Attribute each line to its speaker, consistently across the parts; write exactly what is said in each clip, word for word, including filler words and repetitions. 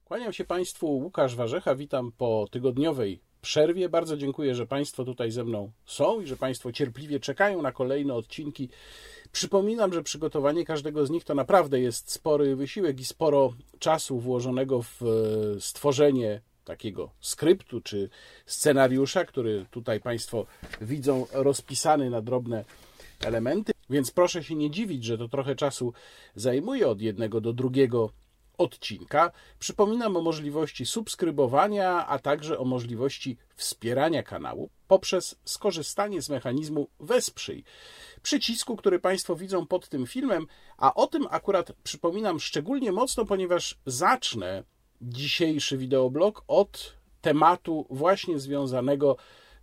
Speaker 1: Kłaniam się Państwu, Łukasz Warzecha, witam po tygodniowej przerwie. Bardzo dziękuję, że Państwo tutaj ze mną są i że Państwo cierpliwie czekają na kolejne odcinki. Przypominam, że przygotowanie każdego z nich to naprawdę jest spory wysiłek i sporo czasu włożonego w stworzenie takiego skryptu czy scenariusza, który tutaj Państwo widzą rozpisany na drobne elementy, więc proszę się nie dziwić, że to trochę czasu zajmuje od jednego do drugiego odcinka. Przypominam o możliwości subskrybowania, a także o możliwości wspierania kanału poprzez skorzystanie z mechanizmu Wesprzyj, przycisku, który Państwo widzą pod tym filmem, a o tym akurat przypominam szczególnie mocno, ponieważ zacznę dzisiejszy wideoblog od tematu właśnie związanego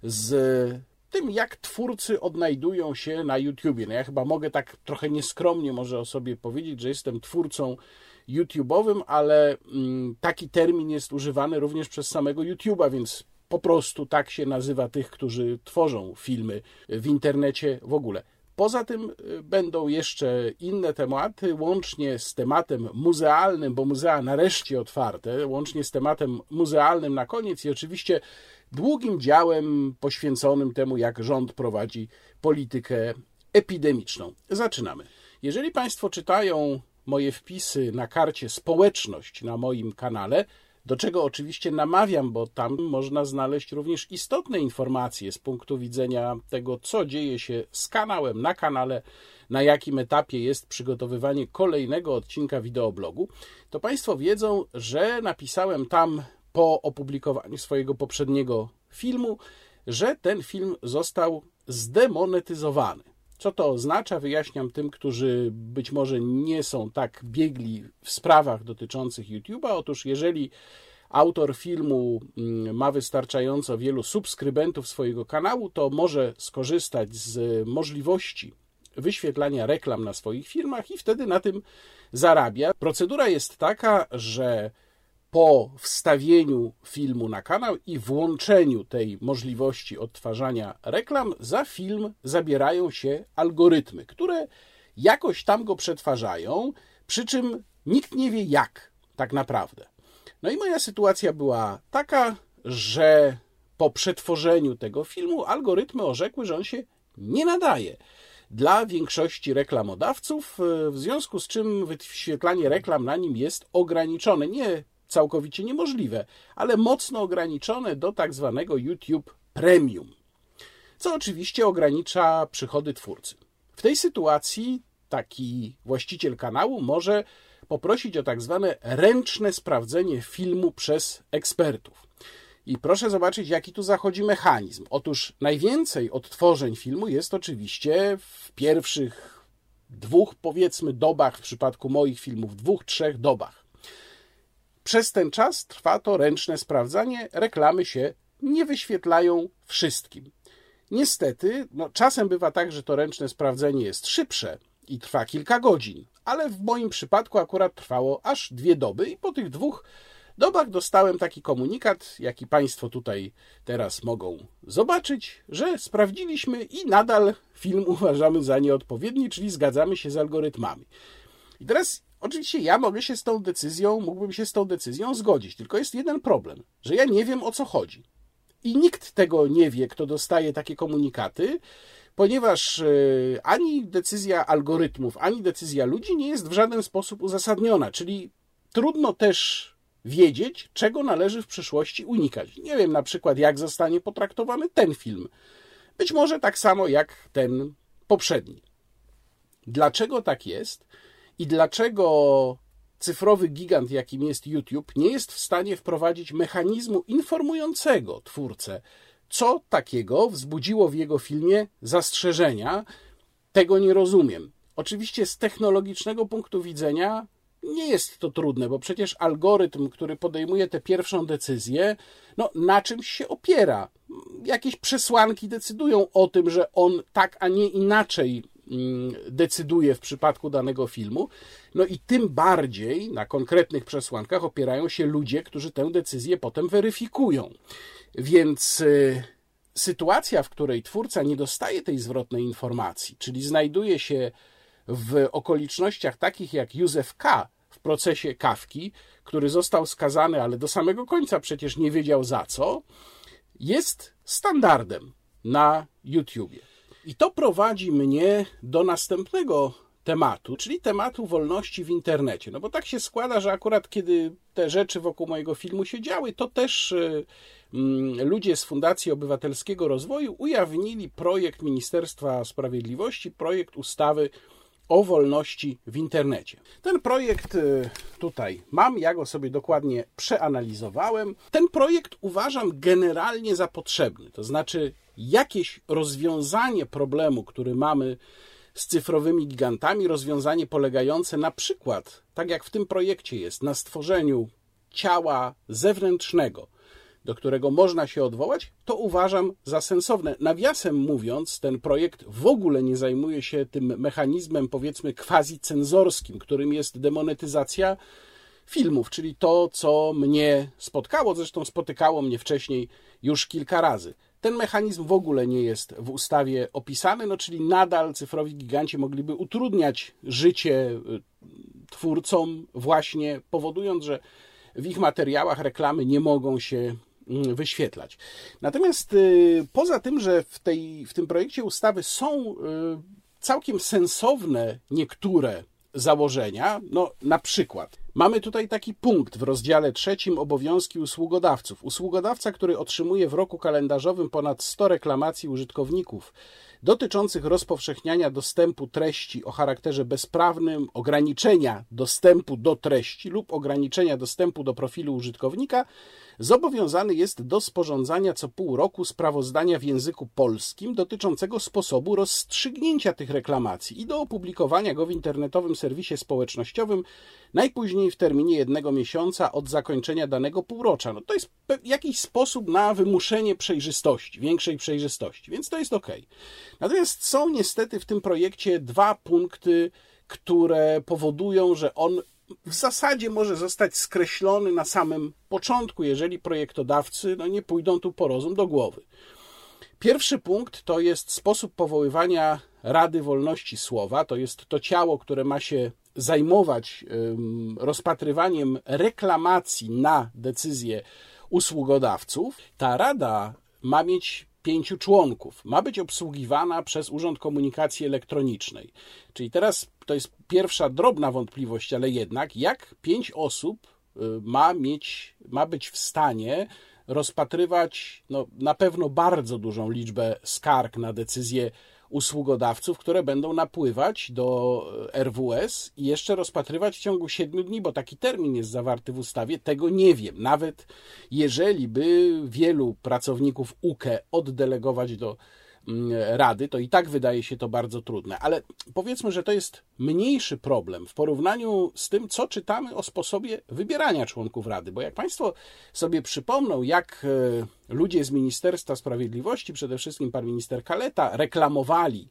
Speaker 1: z tym, jak twórcy odnajdują się na YouTubie. No ja chyba mogę tak trochę nieskromnie może o sobie powiedzieć, że jestem twórcą YouTube'owym, ale taki termin jest używany również przez samego YouTube'a, więc po prostu tak się nazywa tych, którzy tworzą filmy w internecie w ogóle. Poza tym będą jeszcze inne tematy, łącznie z tematem muzealnym, bo muzea nareszcie otwarte, łącznie z tematem muzealnym na koniec i oczywiście długim działem poświęconym temu, jak rząd prowadzi politykę epidemiczną. Zaczynamy. Jeżeli Państwo czytają moje wpisy na karcie społeczność na moim kanale, do czego oczywiście namawiam, bo tam można znaleźć również istotne informacje z punktu widzenia tego, co dzieje się z kanałem, na kanale, na jakim etapie jest przygotowywanie kolejnego odcinka wideoblogu, to Państwo wiedzą, że napisałem tam po opublikowaniu swojego poprzedniego filmu, że ten film został zdemonetyzowany. Co to oznacza? Wyjaśniam tym, którzy być może nie są tak biegli w sprawach dotyczących YouTube'a. Otóż jeżeli autor filmu ma wystarczająco wielu subskrybentów swojego kanału, to może skorzystać z możliwości wyświetlania reklam na swoich filmach i wtedy na tym zarabia. Procedura jest taka, że po wstawieniu filmu na kanał i włączeniu tej możliwości odtwarzania reklam, za film zabierają się algorytmy, które jakoś tam go przetwarzają, przy czym nikt nie wie jak tak naprawdę. No i moja sytuacja była taka, że po przetworzeniu tego filmu algorytmy orzekły, że on się nie nadaje dla większości reklamodawców, w związku z czym wyświetlanie reklam na nim jest ograniczone. Nie całkowicie niemożliwe, ale mocno ograniczone do tak zwanego YouTube Premium, co oczywiście ogranicza przychody twórcy. W tej sytuacji taki właściciel kanału może poprosić o tak zwane ręczne sprawdzenie filmu przez ekspertów. I proszę zobaczyć, jaki tu zachodzi mechanizm. Otóż najwięcej odtworzeń filmu jest oczywiście w pierwszych dwóch, powiedzmy, dobach, w przypadku moich filmów, dwóch, trzech dobach. Przez ten czas trwa to ręczne sprawdzanie, reklamy się nie wyświetlają wszystkim. Niestety, no, czasem bywa tak, że to ręczne sprawdzenie jest szybsze i trwa kilka godzin, ale w moim przypadku akurat trwało aż dwie doby i po tych dwóch dobach dostałem taki komunikat, jaki Państwo tutaj teraz mogą zobaczyć, że sprawdziliśmy i nadal film uważamy za nieodpowiedni, czyli zgadzamy się z algorytmami. I teraz oczywiście ja mogę się z tą decyzją, mógłbym się z tą decyzją zgodzić, tylko jest jeden problem, że ja nie wiem, o co chodzi. I nikt tego nie wie, kto dostaje takie komunikaty, ponieważ ani decyzja algorytmów, ani decyzja ludzi nie jest w żaden sposób uzasadniona, czyli trudno też wiedzieć, czego należy w przyszłości unikać. Nie wiem na przykład, jak zostanie potraktowany ten film. Być może tak samo jak ten poprzedni. Dlaczego tak jest? I dlaczego cyfrowy gigant, jakim jest YouTube, nie jest w stanie wprowadzić mechanizmu informującego twórcę, co takiego wzbudziło w jego filmie zastrzeżenia? Tego nie rozumiem. Oczywiście z technologicznego punktu widzenia nie jest to trudne, bo przecież algorytm, który podejmuje tę pierwszą decyzję, no na czymś się opiera. Jakieś przesłanki decydują o tym, że on tak, a nie inaczej decyduje w przypadku danego filmu. No i tym bardziej na konkretnych przesłankach opierają się ludzie, którzy tę decyzję potem weryfikują. Więc y, sytuacja, w której twórca nie dostaje tej zwrotnej informacji, czyli znajduje się w okolicznościach takich jak Józef K. w procesie Kafki, który został skazany, ale do samego końca przecież nie wiedział za co, jest standardem na YouTubie. I to prowadzi mnie do następnego tematu, czyli tematu wolności w internecie. No bo tak się składa, że akurat kiedy te rzeczy wokół mojego filmu się działy, to też y, y, ludzie z Fundacji Obywatelskiego Rozwoju ujawnili projekt Ministerstwa Sprawiedliwości, projekt ustawy o wolności w internecie. Ten projekt y, tutaj mam, ja go sobie dokładnie przeanalizowałem. Ten projekt uważam generalnie za potrzebny, to znaczy jakieś rozwiązanie problemu, który mamy z cyfrowymi gigantami, rozwiązanie polegające na przykład, tak jak w tym projekcie jest, na stworzeniu ciała zewnętrznego, do którego można się odwołać, to uważam za sensowne. Nawiasem mówiąc, ten projekt w ogóle nie zajmuje się tym mechanizmem, powiedzmy, quasi-cenzorskim, którym jest demonetyzacja filmów, czyli to, co mnie spotkało, zresztą spotykało mnie wcześniej już kilka razy. Ten mechanizm w ogóle nie jest w ustawie opisany, no czyli nadal cyfrowi giganci mogliby utrudniać życie twórcom właśnie powodując, że w ich materiałach reklamy nie mogą się wyświetlać. Natomiast poza tym, że w, tej, w tym projekcie ustawy są całkiem sensowne niektóre założenia, no na przykład mamy tutaj taki punkt w rozdziale trzecim obowiązki usługodawców. Usługodawca, który otrzymuje w roku kalendarzowym ponad sto reklamacji użytkowników dotyczących rozpowszechniania dostępu treści o charakterze bezprawnym, ograniczenia dostępu do treści lub ograniczenia dostępu do profilu użytkownika, zobowiązany jest do sporządzania co pół roku sprawozdania w języku polskim dotyczącego sposobu rozstrzygnięcia tych reklamacji i do opublikowania go w internetowym serwisie społecznościowym najpóźniej w terminie jednego miesiąca od zakończenia danego półrocza. No to jest jakiś sposób na wymuszenie przejrzystości, większej przejrzystości, więc to jest ok. Natomiast są niestety w tym projekcie dwa punkty, które powodują, że on w zasadzie może zostać skreślony na samym początku, jeżeli projektodawcy no, nie pójdą tu po rozum do głowy. Pierwszy punkt to jest sposób powoływania Rady Wolności Słowa. To jest to ciało, które ma się zajmować rozpatrywaniem reklamacji na decyzje usługodawców. Ta rada ma mieć pięciu członków. Ma być obsługiwana przez Urząd Komunikacji Elektronicznej. Czyli teraz to jest pierwsza drobna wątpliwość, ale jednak jak pięć osób ma mieć, ma być w stanie rozpatrywać no, na pewno bardzo dużą liczbę skarg na decyzje usługodawców, które będą napływać do R W S i jeszcze rozpatrywać w ciągu siedmiu dni, bo taki termin jest zawarty w ustawie, tego nie wiem. Nawet jeżeli by wielu pracowników U K E oddelegować do Rady, to i tak wydaje się to bardzo trudne. Ale powiedzmy, że to jest mniejszy problem w porównaniu z tym, co czytamy o sposobie wybierania członków Rady. Bo jak Państwo sobie przypomną, jak ludzie z Ministerstwa Sprawiedliwości, przede wszystkim pan minister Kaleta, reklamowali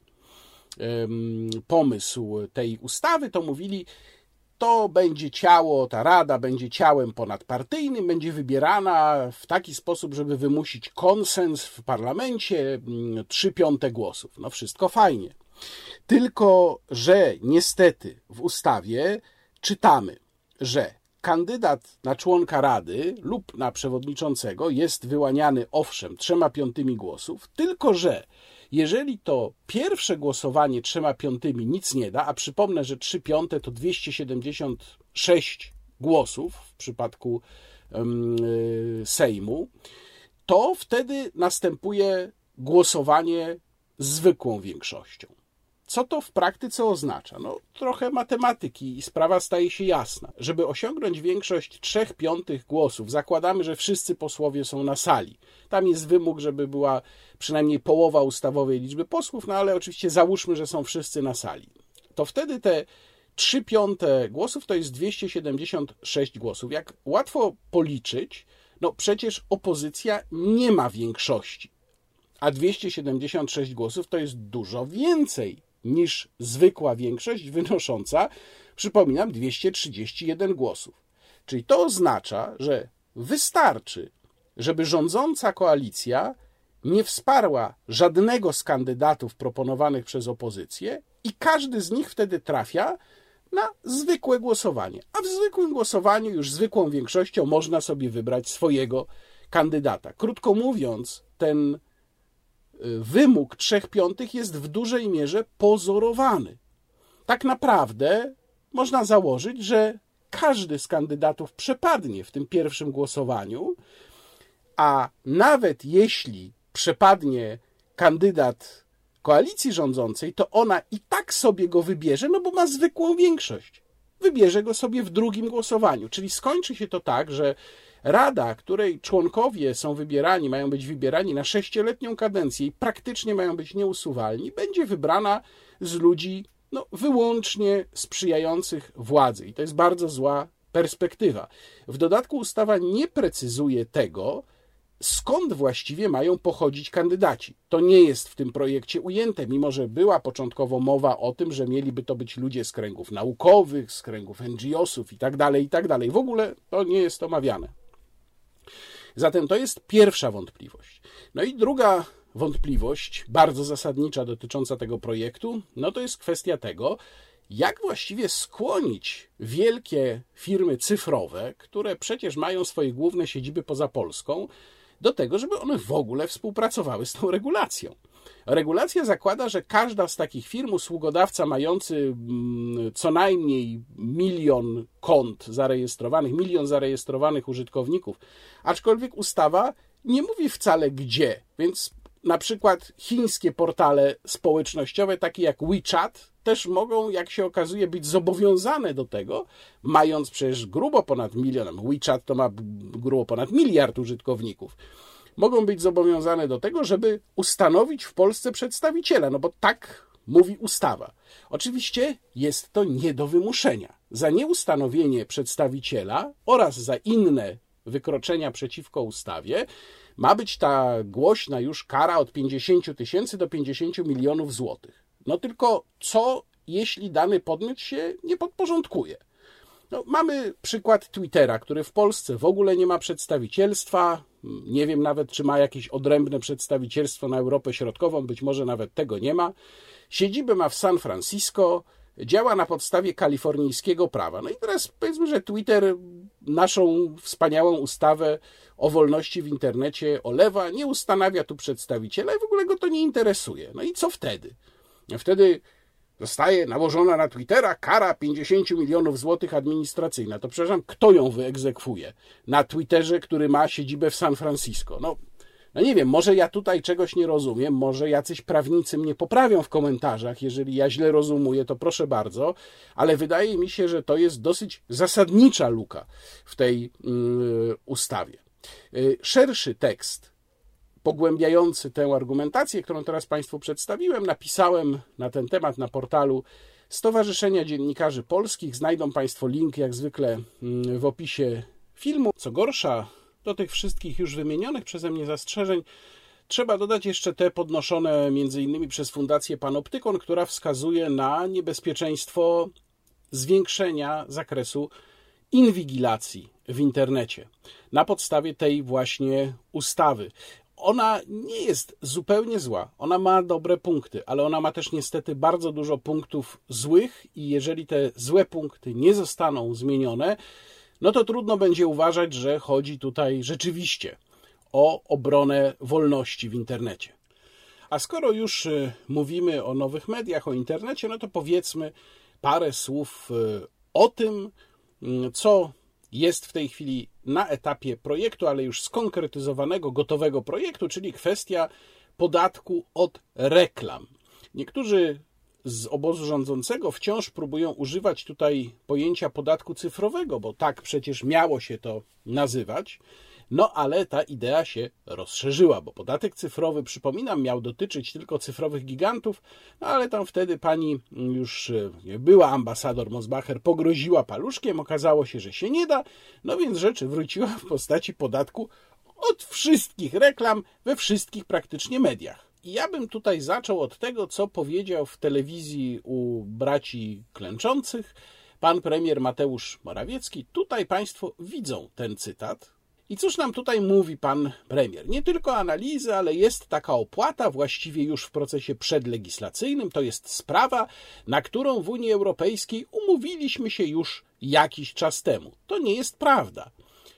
Speaker 1: pomysł tej ustawy, to mówili, to będzie ciało, ta rada będzie ciałem ponadpartyjnym, będzie wybierana w taki sposób, żeby wymusić konsens w parlamencie, trzy piąte głosów. No wszystko fajnie. Tylko, że niestety w ustawie czytamy, że kandydat na członka rady lub na przewodniczącego jest wyłaniany owszem trzema piątymi głosów, tylko że jeżeli to pierwsze głosowanie trzema piątymi nic nie da, a przypomnę, że trzy piąte to dwieście siedemdziesiąt sześć głosów w przypadku um, Sejmu, to wtedy następuje głosowanie zwykłą większością. Co to w praktyce oznacza? No, trochę matematyki i sprawa staje się jasna. Żeby osiągnąć większość trzech piątych głosów, zakładamy, że wszyscy posłowie są na sali. Tam jest wymóg, żeby była przynajmniej połowa ustawowej liczby posłów, no ale oczywiście załóżmy, że są wszyscy na sali. To wtedy te trzy piąte głosów to jest dwieście siedemdziesiąt sześć głosów. Jak łatwo policzyć, no przecież opozycja nie ma większości, a dwieście siedemdziesiąt sześć głosów to jest dużo więcej niż zwykła większość wynosząca, przypominam, dwieście trzydzieści jeden głosów. Czyli to oznacza, że wystarczy, żeby rządząca koalicja nie wsparła żadnego z kandydatów proponowanych przez opozycję i każdy z nich wtedy trafia na zwykłe głosowanie. A w zwykłym głosowaniu już zwykłą większością można sobie wybrać swojego kandydata. Krótko mówiąc, ten wymóg trzech piątych jest w dużej mierze pozorowany. Tak naprawdę można założyć, że każdy z kandydatów przepadnie w tym pierwszym głosowaniu, a nawet jeśli przepadnie kandydat koalicji rządzącej, to ona i tak sobie go wybierze, no bo ma zwykłą większość. Wybierze go sobie w drugim głosowaniu. Czyli skończy się to tak, że Rada, której członkowie są wybierani, mają być wybierani na sześcioletnią kadencję i praktycznie mają być nieusuwalni, będzie wybrana z ludzi no, wyłącznie sprzyjających władzy. I to jest bardzo zła perspektywa. W dodatku ustawa nie precyzuje tego, skąd właściwie mają pochodzić kandydaci. To nie jest w tym projekcie ujęte, mimo że była początkowo mowa o tym, że mieliby to być ludzie z kręgów naukowych, z kręgów en dżi osów i tak dalej, i tak dalej. W ogóle to nie jest omawiane. Zatem to jest pierwsza wątpliwość. No i druga wątpliwość, bardzo zasadnicza dotycząca tego projektu, no to jest kwestia tego, jak właściwie skłonić wielkie firmy cyfrowe, które przecież mają swoje główne siedziby poza Polską, do tego, żeby one w ogóle współpracowały z tą regulacją. Regulacja zakłada, że każda z takich firm, usługodawca mający co najmniej milion kont zarejestrowanych, milion zarejestrowanych użytkowników, aczkolwiek ustawa nie mówi wcale gdzie, więc na przykład chińskie portale społecznościowe, takie jak WeChat, też mogą, jak się okazuje, być zobowiązane do tego, mając przecież grubo ponad milion, WeChat to ma grubo ponad miliard użytkowników, mogą być zobowiązane do tego, żeby ustanowić w Polsce przedstawiciela, no bo tak mówi ustawa. Oczywiście jest to nie do wymuszenia. Za nieustanowienie przedstawiciela oraz za inne wykroczenia przeciwko ustawie ma być ta głośna już kara od pięćdziesięciu tysięcy do pięćdziesięciu milionów złotych. No tylko co, jeśli dany podmiot się nie podporządkuje? No, mamy przykład Twittera, który w Polsce w ogóle nie ma przedstawicielstwa. Nie wiem nawet, czy ma jakieś odrębne przedstawicielstwo na Europę Środkową, być może nawet tego nie ma. Siedzibę ma w San Francisco, działa na podstawie kalifornijskiego prawa. No i teraz powiedzmy, że Twitter naszą wspaniałą ustawę o wolności w internecie olewa, nie ustanawia tu przedstawiciela i w ogóle go to nie interesuje. No i co wtedy? Wtedy zostaje nałożona na Twittera kara pięćdziesięciu milionów złotych administracyjna. To przepraszam, kto ją wyegzekwuje? Na Twitterze, który ma siedzibę w San Francisco. No, no nie wiem, może ja tutaj czegoś nie rozumiem, może jacyś prawnicy mnie poprawią w komentarzach, jeżeli ja źle rozumuję, to proszę bardzo, ale wydaje mi się, że to jest dosyć zasadnicza luka w tej yy, ustawie. Yy, szerszy tekst pogłębiający tę argumentację, którą teraz Państwu przedstawiłem, napisałem na ten temat na portalu Stowarzyszenia Dziennikarzy Polskich. Znajdą Państwo link, jak zwykle, w opisie filmu. Co gorsza, do tych wszystkich już wymienionych przeze mnie zastrzeżeń trzeba dodać jeszcze te podnoszone między innymi przez Fundację Panoptykon, która wskazuje na niebezpieczeństwo zwiększenia zakresu inwigilacji w internecie na podstawie tej właśnie ustawy. Ona nie jest zupełnie zła, ona ma dobre punkty, ale ona ma też niestety bardzo dużo punktów złych i jeżeli te złe punkty nie zostaną zmienione, no to trudno będzie uważać, że chodzi tutaj rzeczywiście o obronę wolności w internecie. A skoro już mówimy o nowych mediach, o internecie, no to powiedzmy parę słów o tym, co jest w tej chwili na etapie projektu, ale już skonkretyzowanego, gotowego projektu, czyli kwestia podatku od reklam. Niektórzy z obozu rządzącego wciąż próbują używać tutaj pojęcia podatku cyfrowego, bo tak przecież miało się to nazywać, no ale ta idea się rozszerzyła, bo podatek cyfrowy, przypominam, miał dotyczyć tylko cyfrowych gigantów, no ale tam wtedy pani już była ambasador Mosbacher, pogroziła paluszkiem, okazało się, że się nie da, no więc rzecz wróciła w postaci podatku od wszystkich reklam we wszystkich praktycznie mediach. I ja bym tutaj zaczął od tego, co powiedział w telewizji u braci klęczących pan premier Mateusz Morawiecki. Tutaj Państwo widzą ten cytat. I cóż nam tutaj mówi pan premier? Nie tylko analizy, ale jest taka opłata, właściwie już w procesie przedlegislacyjnym. To jest sprawa, na którą w Unii Europejskiej umówiliśmy się już jakiś czas temu. To nie jest prawda.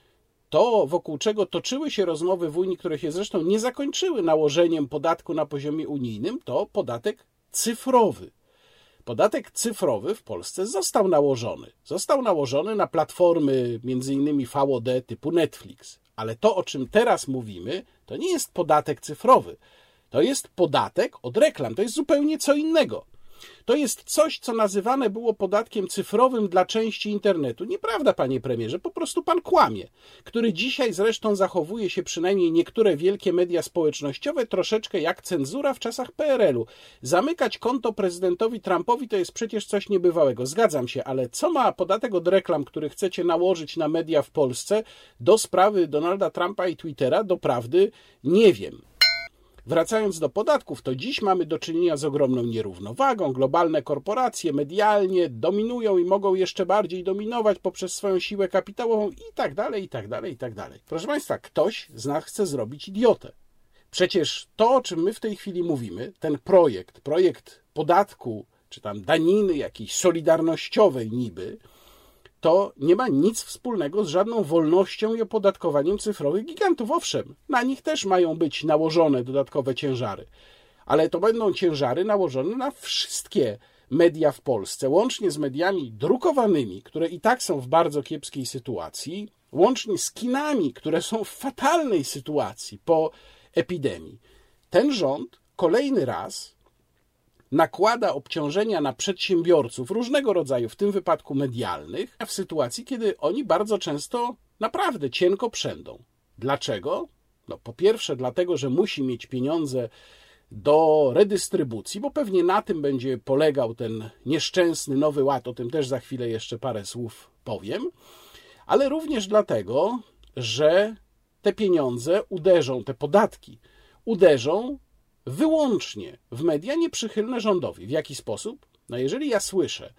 Speaker 1: To, wokół czego toczyły się rozmowy w Unii, które się zresztą nie zakończyły nałożeniem podatku na poziomie unijnym, to podatek cyfrowy. Podatek cyfrowy w Polsce został nałożony. Został nałożony na platformy między innymi V O D typu Netflix. Ale to, o czym teraz mówimy, to nie jest podatek cyfrowy. To jest podatek od reklam. To jest zupełnie co innego. To jest coś, co nazywane było podatkiem cyfrowym dla części internetu. Nieprawda, panie premierze, po prostu pan kłamie, który dzisiaj zresztą zachowuje się, przynajmniej niektóre wielkie media społecznościowe, troszeczkę jak cenzura w czasach P R L u. Zamykać konto prezydentowi Trumpowi to jest przecież coś niebywałego. Zgadzam się, ale co ma podatek od reklam, który chcecie nałożyć na media w Polsce do sprawy Donalda Trumpa i Twittera, doprawdy nie wiem. Wracając do podatków, to dziś mamy do czynienia z ogromną nierównowagą. Globalne korporacje medialnie dominują i mogą jeszcze bardziej dominować poprzez swoją siłę kapitałową i tak dalej, i tak dalej, i tak dalej. Proszę Państwa, ktoś z nas chce zrobić idiotę. Przecież to, o czym my w tej chwili mówimy, ten projekt, projekt podatku, czy tam daniny jakiejś solidarnościowej niby, to nie ma nic wspólnego z żadną wolnością i opodatkowaniem cyfrowych gigantów. Owszem, na nich też mają być nałożone dodatkowe ciężary, ale to będą ciężary nałożone na wszystkie media w Polsce, łącznie z mediami drukowanymi, które i tak są w bardzo kiepskiej sytuacji, łącznie z kinami, które są w fatalnej sytuacji po epidemii. Ten rząd kolejny raz nakłada obciążenia na przedsiębiorców różnego rodzaju, w tym wypadku medialnych, w sytuacji, kiedy oni bardzo często naprawdę cienko przędą. Dlaczego? No, po pierwsze dlatego, że musi mieć pieniądze do redystrybucji, bo pewnie na tym będzie polegał ten nieszczęsny Nowy Ład, o tym też za chwilę jeszcze parę słów powiem, ale również dlatego, że te pieniądze uderzą, te podatki uderzą wyłącznie w media nieprzychylne rządowi. W jaki sposób? No jeżeli ja słyszę,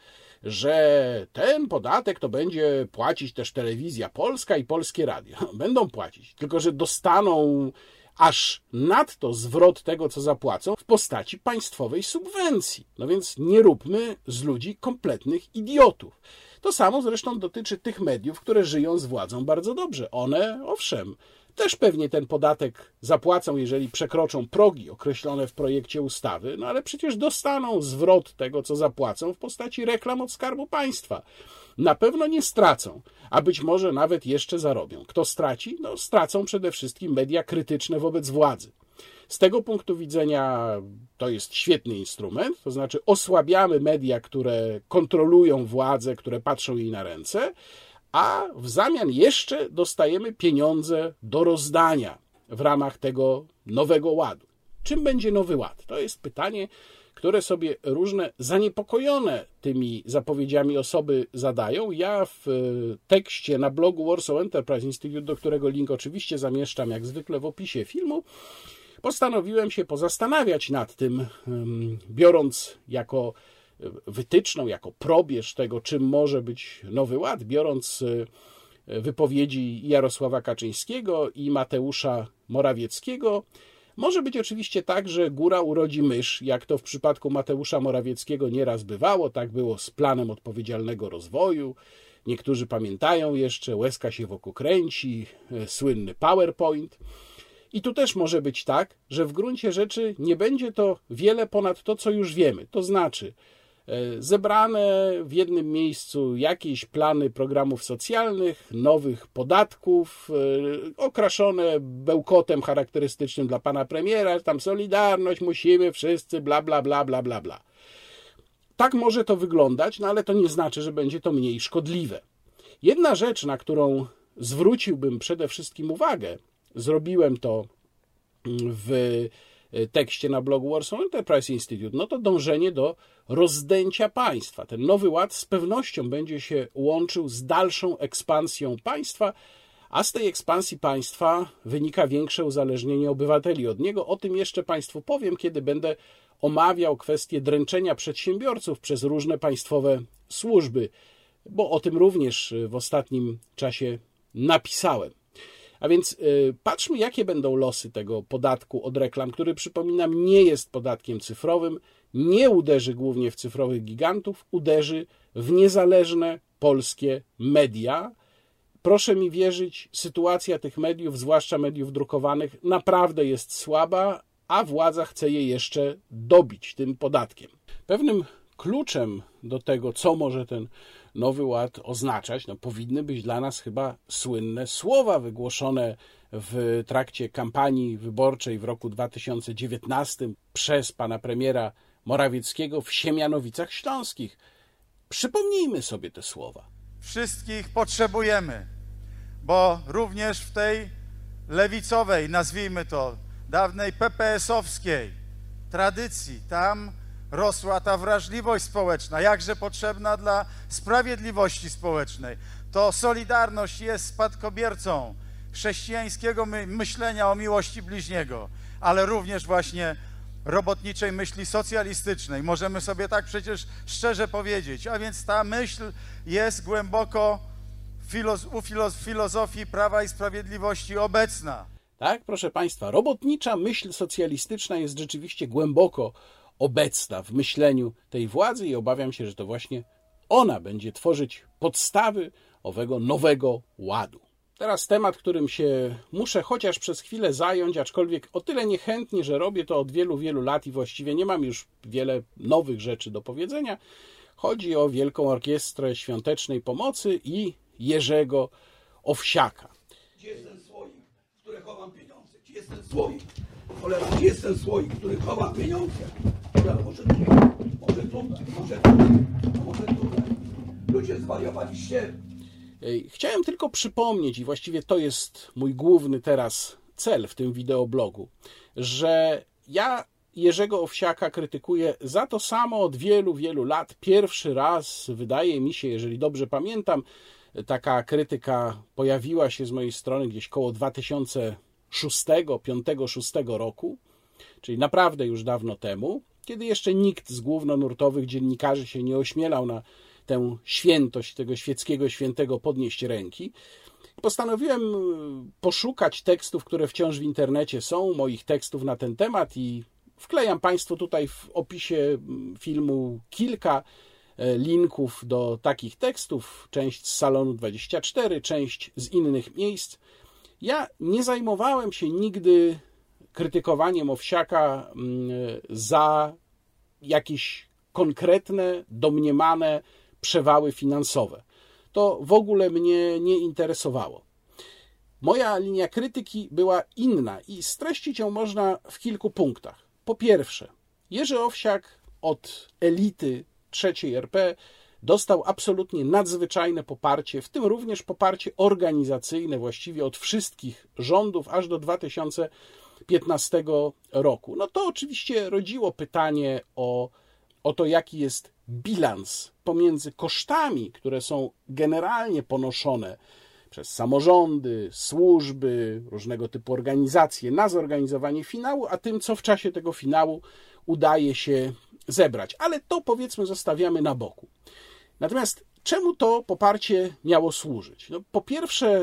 Speaker 1: że ten podatek to będzie płacić też Telewizja Polska i Polskie Radio. Będą płacić, tylko że dostaną aż nadto zwrot tego, co zapłacą w postaci państwowej subwencji. No więc nie róbmy z ludzi kompletnych idiotów. To samo zresztą dotyczy tych mediów, które żyją z władzą bardzo dobrze. One, owszem, też pewnie ten podatek zapłacą, jeżeli przekroczą progi określone w projekcie ustawy, no ale przecież dostaną zwrot tego, co zapłacą w postaci reklam od Skarbu Państwa. Na pewno nie stracą, a być może nawet jeszcze zarobią. Kto straci? No stracą przede wszystkim media krytyczne wobec władzy. Z tego punktu widzenia to jest świetny instrument, to znaczy osłabiamy media, które kontrolują władzę, które patrzą jej na ręce, a w zamian jeszcze dostajemy pieniądze do rozdania w ramach tego nowego ładu. Czym będzie nowy ład? To jest pytanie, które sobie różne zaniepokojone tymi zapowiedziami osoby zadają. Ja w tekście na blogu Warsaw Enterprise Institute, do którego link oczywiście zamieszczam jak zwykle w opisie filmu, postanowiłem się pozastanawiać nad tym, biorąc jako wytyczną, jako probierz tego, czym może być Nowy Ład, biorąc wypowiedzi Jarosława Kaczyńskiego i Mateusza Morawieckiego. Może być oczywiście tak, że góra urodzi mysz, jak to w przypadku Mateusza Morawieckiego nieraz bywało, tak było z planem odpowiedzialnego rozwoju. Niektórzy pamiętają jeszcze, łezka się wokół kręci, słynny PowerPoint. I tu też może być tak, że w gruncie rzeczy nie będzie to wiele ponad to, co już wiemy. To znaczy zebrane w jednym miejscu jakieś plany programów socjalnych, nowych podatków, okraszone bełkotem charakterystycznym dla pana premiera, tam solidarność, musimy wszyscy, bla, bla, bla, bla, bla, bla. Tak może to wyglądać, no ale to nie znaczy, że będzie to mniej szkodliwe. Jedna rzecz, na którą zwróciłbym przede wszystkim uwagę, zrobiłem to w tekście na blogu Warsaw Enterprise Institute, no to dążenie do rozdęcia państwa. Ten Nowy Ład z pewnością będzie się łączył z dalszą ekspansją państwa, a z tej ekspansji państwa wynika większe uzależnienie obywateli od niego. O tym jeszcze Państwu powiem, kiedy będę omawiał kwestię dręczenia przedsiębiorców przez różne państwowe służby, bo o tym również w ostatnim czasie napisałem. A więc yy, patrzmy, jakie będą losy tego podatku od reklam, który, przypominam, nie jest podatkiem cyfrowym, nie uderzy głównie w cyfrowych gigantów, uderzy w niezależne polskie media. Proszę mi wierzyć, sytuacja tych mediów, zwłaszcza mediów drukowanych, naprawdę jest słaba, a władza chce je jeszcze dobić tym podatkiem. Pewnym kluczem do tego, co może ten Nowy Ład oznaczać, no powinny być dla nas chyba słynne słowa wygłoszone w trakcie kampanii wyborczej w roku dwa tysiące dziewiętnastym przez pana premiera Morawieckiego w Siemianowicach Śląskich. Przypomnijmy sobie te słowa.
Speaker 2: Wszystkich potrzebujemy, bo również w tej lewicowej, nazwijmy to, dawnej pe pe esowskiej tradycji, tam rosła ta wrażliwość społeczna, jakże potrzebna dla sprawiedliwości społecznej. To Solidarność jest spadkobiercą chrześcijańskiego my myślenia o miłości bliźniego, ale również właśnie robotniczej myśli socjalistycznej. Możemy sobie tak przecież szczerze powiedzieć. A więc ta myśl jest głęboko filoz u filoz filozofii Prawa i Sprawiedliwości obecna.
Speaker 1: Tak, proszę Państwa, robotnicza myśl socjalistyczna jest rzeczywiście głęboko obecna w myśleniu tej władzy i obawiam się, że to właśnie ona będzie tworzyć podstawy owego nowego ładu. Teraz temat, którym się muszę chociaż przez chwilę zająć, aczkolwiek o tyle niechętnie, że robię to od wielu, wielu lat i właściwie nie mam już wiele nowych rzeczy do powiedzenia. Chodzi o Wielką Orkiestrę Świątecznej Pomocy i Jerzego Owsiaka.
Speaker 3: Gdzie jest ten słoik, w który chowam pieniądze? Gdzie jest ten słoik? Cholera, gdzie jest ten słoik, w który chowam pieniądze? Cholera, może tutaj, może tutaj, może tutaj, a może tutaj. Ludzie zwariowaliście.
Speaker 1: Chciałem tylko przypomnieć, i właściwie to jest mój główny teraz cel w tym wideoblogu, że ja Jerzego Owsiaka krytykuję za to samo od wielu, wielu lat. Pierwszy raz, wydaje mi się, jeżeli dobrze pamiętam, taka krytyka pojawiła się z mojej strony gdzieś koło dwa tysiące szóstego, piątego, szóstego roku, czyli naprawdę już dawno temu, kiedy jeszcze nikt z głównonurtowych dziennikarzy się nie ośmielał na tę świętość tego świeckiego świętego podnieść ręki. Postanowiłem poszukać tekstów, które wciąż w internecie są, moich tekstów na ten temat i wklejam Państwu tutaj w opisie filmu kilka linków do takich tekstów, część z Salonu dwadzieścia cztery, część z innych miejsc. Ja nie zajmowałem się nigdy krytykowaniem Owsiaka za jakieś konkretne, domniemane przewały finansowe. To w ogóle mnie nie interesowało. Moja linia krytyki była inna i streścić ją można w kilku punktach. Po pierwsze, Jerzy Owsiak od elity trzeciej er pe dostał absolutnie nadzwyczajne poparcie, w tym również poparcie organizacyjne właściwie od wszystkich rządów aż do dwa tysiące piętnastego roku. No to oczywiście rodziło pytanie o, o to, jaki jest bilans pomiędzy kosztami, które są generalnie ponoszone przez samorządy, służby, różnego typu organizacje na zorganizowanie finału, a tym, co w czasie tego finału udaje się zebrać. Ale to, powiedzmy, zostawiamy na boku. Natomiast czemu to poparcie miało służyć? No, po pierwsze,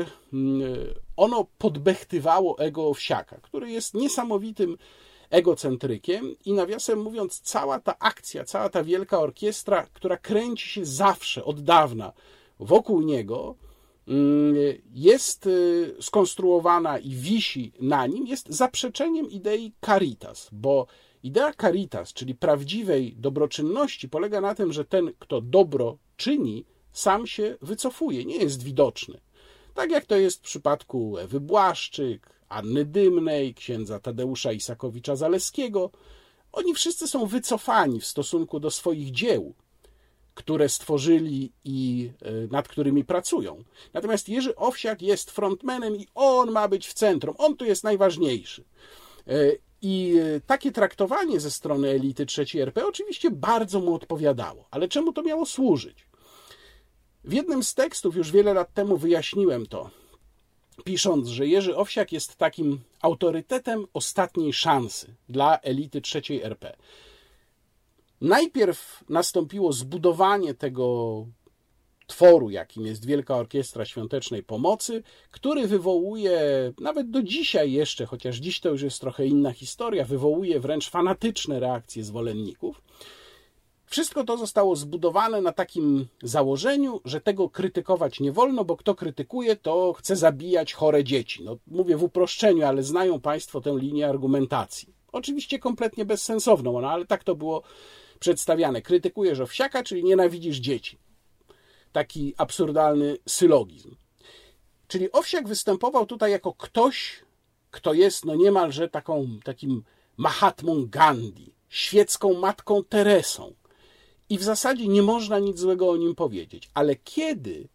Speaker 1: ono podbechtywało ego Owsiaka, który jest niesamowitym egocentrykiem i nawiasem mówiąc, cała ta akcja, cała ta wielka orkiestra, która kręci się zawsze, od dawna wokół niego, jest skonstruowana i wisi na nim, jest zaprzeczeniem idei caritas, bo idea caritas, czyli prawdziwej dobroczynności, polega na tym, że ten, kto dobro czyni, sam się wycofuje, nie jest widoczny. Tak jak to jest w przypadku Ewy Błaszczyk, Anny Dymnej, księdza Tadeusza Isakowicza-Zaleskiego. Oni wszyscy są wycofani w stosunku do swoich dzieł, które stworzyli i nad którymi pracują. Natomiast Jerzy Owsiak jest frontmanem i on ma być w centrum, on tu jest najważniejszy. I takie traktowanie ze strony elity trzeciej er pe oczywiście bardzo mu odpowiadało. Ale czemu to miało służyć? W jednym z tekstów już wiele lat temu wyjaśniłem to, pisząc, że Jerzy Owsiak jest takim autorytetem ostatniej szansy dla elity trzeciej er pe. Najpierw nastąpiło zbudowanie tego tworu, jakim jest Wielka Orkiestra Świątecznej Pomocy, który wywołuje, nawet do dzisiaj jeszcze, chociaż dziś to już jest trochę inna historia, wywołuje wręcz fanatyczne reakcje zwolenników. Wszystko to zostało zbudowane na takim założeniu, że tego krytykować nie wolno, bo kto krytykuje, to chce zabijać chore dzieci. No, mówię w uproszczeniu, ale znają Państwo tę linię argumentacji. Oczywiście kompletnie bezsensowną, no ale tak to było przedstawiane. Krytykujesz Owsiaka, czyli nienawidzisz dzieci. Taki absurdalny sylogizm. Czyli Owsiak występował tutaj jako ktoś, kto jest no niemalże taką, takim Mahatmą Gandhi, świecką matką Teresą. I w zasadzie nie można nic złego o nim powiedzieć. Ale kiedy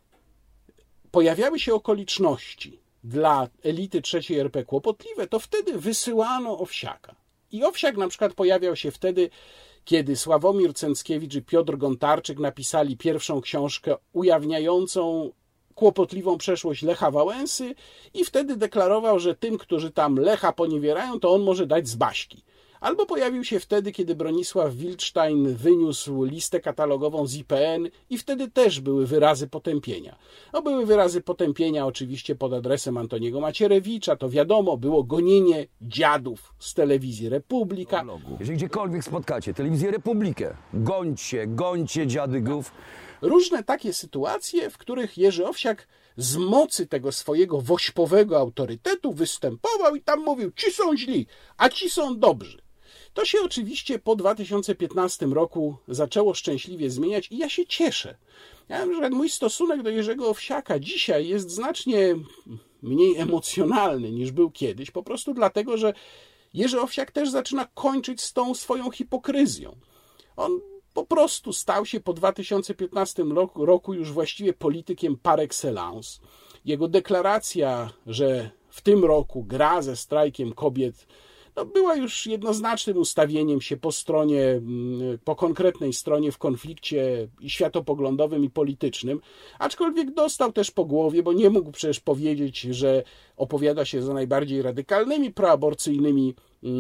Speaker 1: pojawiały się okoliczności dla elity trzeciej R P kłopotliwe, to wtedy wysyłano Owsiaka. I Owsiak na przykład pojawiał się wtedy, kiedy Sławomir Cęckiewicz i Piotr Gontarczyk napisali pierwszą książkę ujawniającą kłopotliwą przeszłość Lecha Wałęsy i wtedy deklarował, że tym, którzy tam Lecha poniewierają, to on może dać z Baśki. Albo pojawił się wtedy, kiedy Bronisław Wildstein wyniósł listę katalogową z I P N i wtedy też były wyrazy potępienia. No, były wyrazy potępienia oczywiście pod adresem Antoniego Macierewicza, to wiadomo, było gonienie dziadów z telewizji Republika.
Speaker 4: Jeżeli gdziekolwiek spotkacie telewizję Republikę, gońcie, gońcie dziadygów.
Speaker 1: Różne takie sytuacje, w których Jerzy Owsiak z mocy tego swojego wośpowego autorytetu występował i tam mówił, ci są źli, a ci są dobrzy. To się oczywiście po dwa tysiące piętnastym roku zaczęło szczęśliwie zmieniać i ja się cieszę. Ja wiem, że mój stosunek do Jerzego Owsiaka dzisiaj jest znacznie mniej emocjonalny niż był kiedyś, po prostu dlatego, że Jerzy Owsiak też zaczyna kończyć z tą swoją hipokryzją. On po prostu stał się po dwa tysiące piętnastym roku, roku już właściwie politykiem par excellence. Jego deklaracja, że w tym roku gra ze strajkiem kobiet, no była już jednoznacznym ustawieniem się po stronie, po konkretnej stronie w konflikcie i światopoglądowym i politycznym, aczkolwiek dostał też po głowie, bo nie mógł przecież powiedzieć, że opowiada się za najbardziej radykalnymi proaborcyjnymi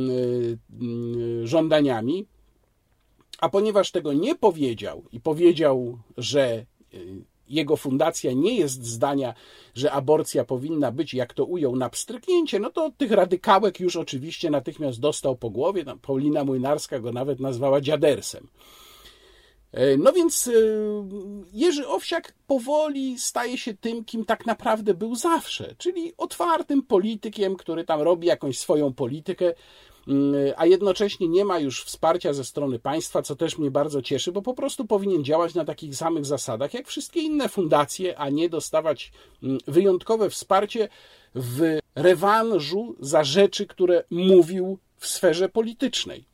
Speaker 1: żądaniami, a ponieważ tego nie powiedział i powiedział, że jego fundacja nie jest zdania, że aborcja powinna być, jak to ujął, na pstryknięcie, no to tych radykałek już oczywiście natychmiast dostał po głowie. Paulina Młynarska go nawet nazwała dziadersem. No więc Jerzy Owsiak powoli staje się tym, kim tak naprawdę był zawsze, czyli otwartym politykiem, który tam robi jakąś swoją politykę, a jednocześnie nie ma już wsparcia ze strony państwa, co też mnie bardzo cieszy, bo po prostu powinien działać na takich samych zasadach jak wszystkie inne fundacje, a nie dostawać wyjątkowe wsparcie w rewanżu za rzeczy, które mówił w sferze politycznej.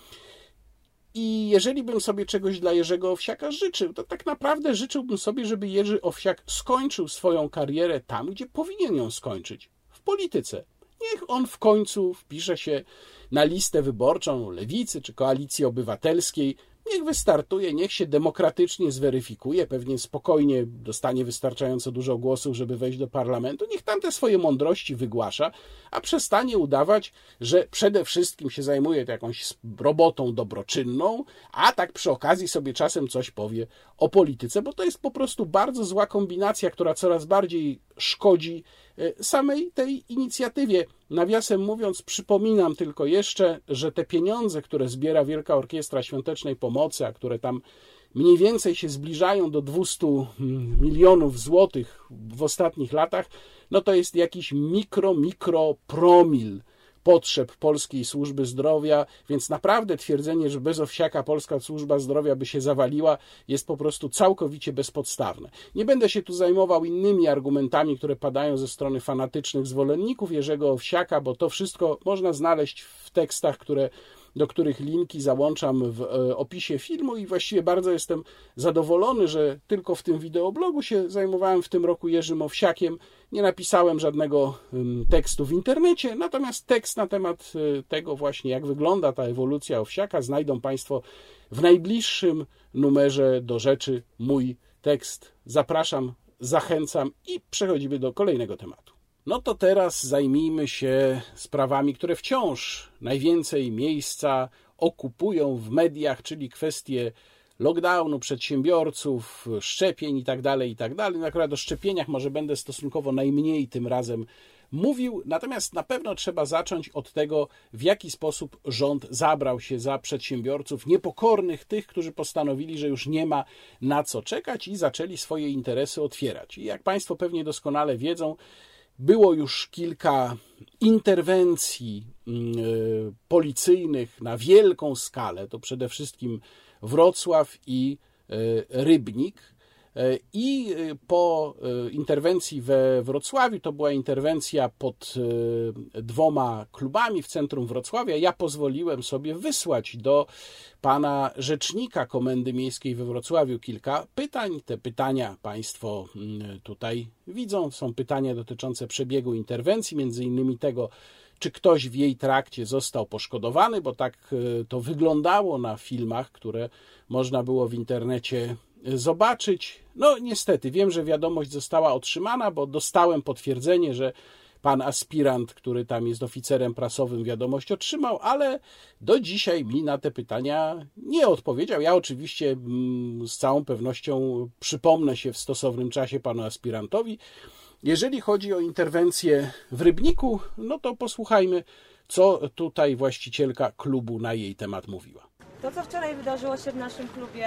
Speaker 1: I jeżeli bym sobie czegoś dla Jerzego Owsiaka życzył, to tak naprawdę życzyłbym sobie, żeby Jerzy Owsiak skończył swoją karierę tam, gdzie powinien ją skończyć, w polityce. Niech on w końcu wpisze się na listę wyborczą Lewicy czy Koalicji Obywatelskiej, niech wystartuje, niech się demokratycznie zweryfikuje, pewnie spokojnie dostanie wystarczająco dużo głosów, żeby wejść do parlamentu, niech tam te swoje mądrości wygłasza, a przestanie udawać, że przede wszystkim się zajmuje jakąś robotą dobroczynną, a tak przy okazji sobie czasem coś powie o polityce, bo to jest po prostu bardzo zła kombinacja, która coraz bardziej szkodzi samej tej inicjatywie. Nawiasem mówiąc, przypominam tylko jeszcze, że te pieniądze, które zbiera Wielka Orkiestra Świątecznej Pomocy, a które tam mniej więcej się zbliżają do dwustu milionów złotych w ostatnich latach, no to jest jakiś mikro, mikro promil potrzeb polskiej służby zdrowia, więc naprawdę twierdzenie, że bez Owsiaka polska służba zdrowia by się zawaliła, jest po prostu całkowicie bezpodstawne. Nie będę się tu zajmował innymi argumentami, które padają ze strony fanatycznych zwolenników Jerzego Owsiaka, bo to wszystko można znaleźć w tekstach, które do których linki załączam w opisie filmu i właściwie bardzo jestem zadowolony, że tylko w tym wideoblogu się zajmowałem w tym roku Jerzym Owsiakiem. Nie napisałem żadnego tekstu w internecie, natomiast tekst na temat tego właśnie, jak wygląda ta ewolucja Owsiaka, znajdą Państwo w najbliższym numerze Do Rzeczy mój tekst. Zapraszam, zachęcam i przechodzimy do kolejnego tematu. No to teraz zajmijmy się sprawami, które wciąż najwięcej miejsca okupują w mediach, czyli kwestie lockdownu, przedsiębiorców, szczepień i tak dalej, i tak dalej. Akurat o szczepieniach może będę stosunkowo najmniej tym razem mówił, natomiast na pewno trzeba zacząć od tego, w jaki sposób rząd zabrał się za przedsiębiorców niepokornych, tych, którzy postanowili, że już nie ma na co czekać i zaczęli swoje interesy otwierać. I jak Państwo pewnie doskonale wiedzą, było już kilka interwencji policyjnych na wielką skalę, to przede wszystkim Wrocław i Rybnik. I po interwencji we Wrocławiu, to była interwencja pod dwoma klubami w centrum Wrocławia, ja pozwoliłem sobie wysłać do pana rzecznika Komendy Miejskiej we Wrocławiu kilka pytań. Te pytania Państwo tutaj widzą. Są pytania dotyczące przebiegu interwencji, między innymi tego, czy ktoś w jej trakcie został poszkodowany, bo tak to wyglądało na filmach, które można było w internecie zobaczyć. No niestety, wiem, że wiadomość została otrzymana, bo dostałem potwierdzenie, że pan aspirant, który tam jest oficerem prasowym, wiadomość otrzymał, ale do dzisiaj mi na te pytania nie odpowiedział. Ja oczywiście z całą pewnością przypomnę się w stosownym czasie panu aspirantowi. Jeżeli chodzi o interwencję w Rybniku, no to posłuchajmy, co tutaj właścicielka klubu na jej temat mówiła.
Speaker 5: To, co wczoraj wydarzyło się w naszym klubie,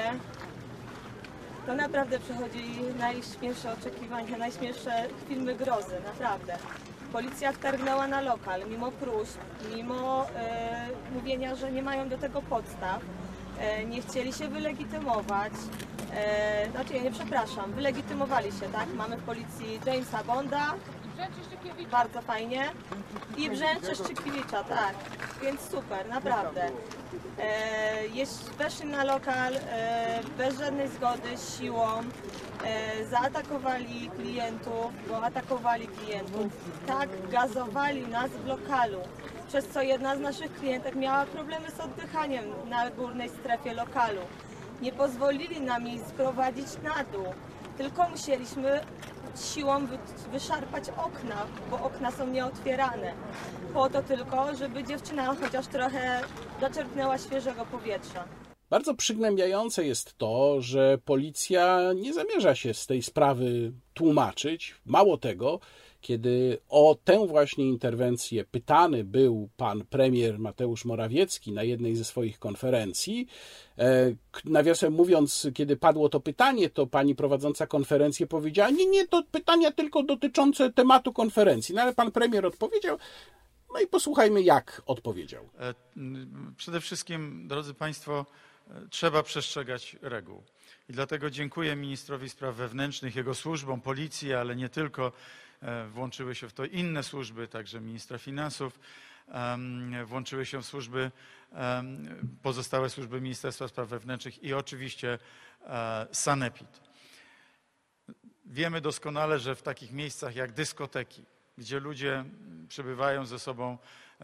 Speaker 5: to naprawdę przechodzi najśmielsze oczekiwania, najśmielsze filmy grozy, naprawdę. Policja wtargnęła na lokal, mimo próśb, mimo e, mówienia, że nie mają do tego podstaw. E, nie chcieli się wylegitymować. E, znaczy, ja nie przepraszam, wylegitymowali się, tak? Mamy w policji Jamesa Bonda, bardzo fajnie, i Brzęczy Szczykiewicza, tak, więc super, naprawdę. E, jest, weszli na lokal e, bez żadnej zgody, siłą, e, zaatakowali klientów, bo atakowali klientów, tak, gazowali nas w lokalu, przez co jedna z naszych klientek miała problemy z oddychaniem na górnej strefie lokalu. Nie pozwolili nam jej sprowadzić na dół, tylko musieliśmy siłą wyszarpać okna, bo okna są nieotwierane. Po to tylko, żeby dziewczyna chociaż trochę zaczerpnęła świeżego powietrza.
Speaker 1: Bardzo przygnębiające jest to, że policja nie zamierza się z tej sprawy tłumaczyć. Mało tego, kiedy o tę właśnie interwencję pytany był pan premier Mateusz Morawiecki na jednej ze swoich konferencji, nawiasem mówiąc, kiedy padło to pytanie, to pani prowadząca konferencję powiedziała, nie, nie, to pytania tylko dotyczące tematu konferencji. No ale pan premier odpowiedział, no i posłuchajmy, jak odpowiedział.
Speaker 2: Przede wszystkim, drodzy Państwo, trzeba przestrzegać reguł. I dlatego dziękuję ministrowi spraw wewnętrznych, jego służbom, policji, ale nie tylko. Włączyły się w to inne służby, także ministra finansów, włączyły się w służby, pozostałe służby Ministerstwa Spraw Wewnętrznych i oczywiście sanepid. Wiemy doskonale, że w takich miejscach jak dyskoteki, gdzie ludzie przebywają ze sobą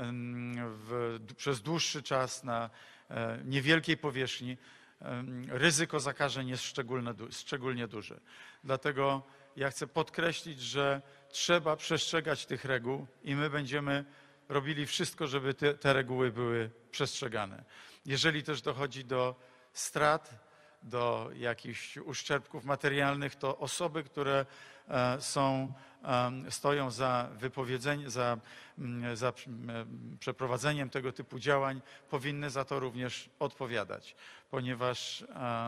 Speaker 2: w, przez dłuższy czas na niewielkiej powierzchni, ryzyko zakażeń jest szczególnie, szczególnie duże. Dlatego ja chcę podkreślić, że trzeba przestrzegać tych reguł i my będziemy robili wszystko, żeby te, te reguły były przestrzegane. Jeżeli też dochodzi do strat, do jakichś uszczerbków materialnych, to osoby, które są, stoją za wypowiedzeniem, za, za przeprowadzeniem tego typu działań, powinny za to również odpowiadać, ponieważ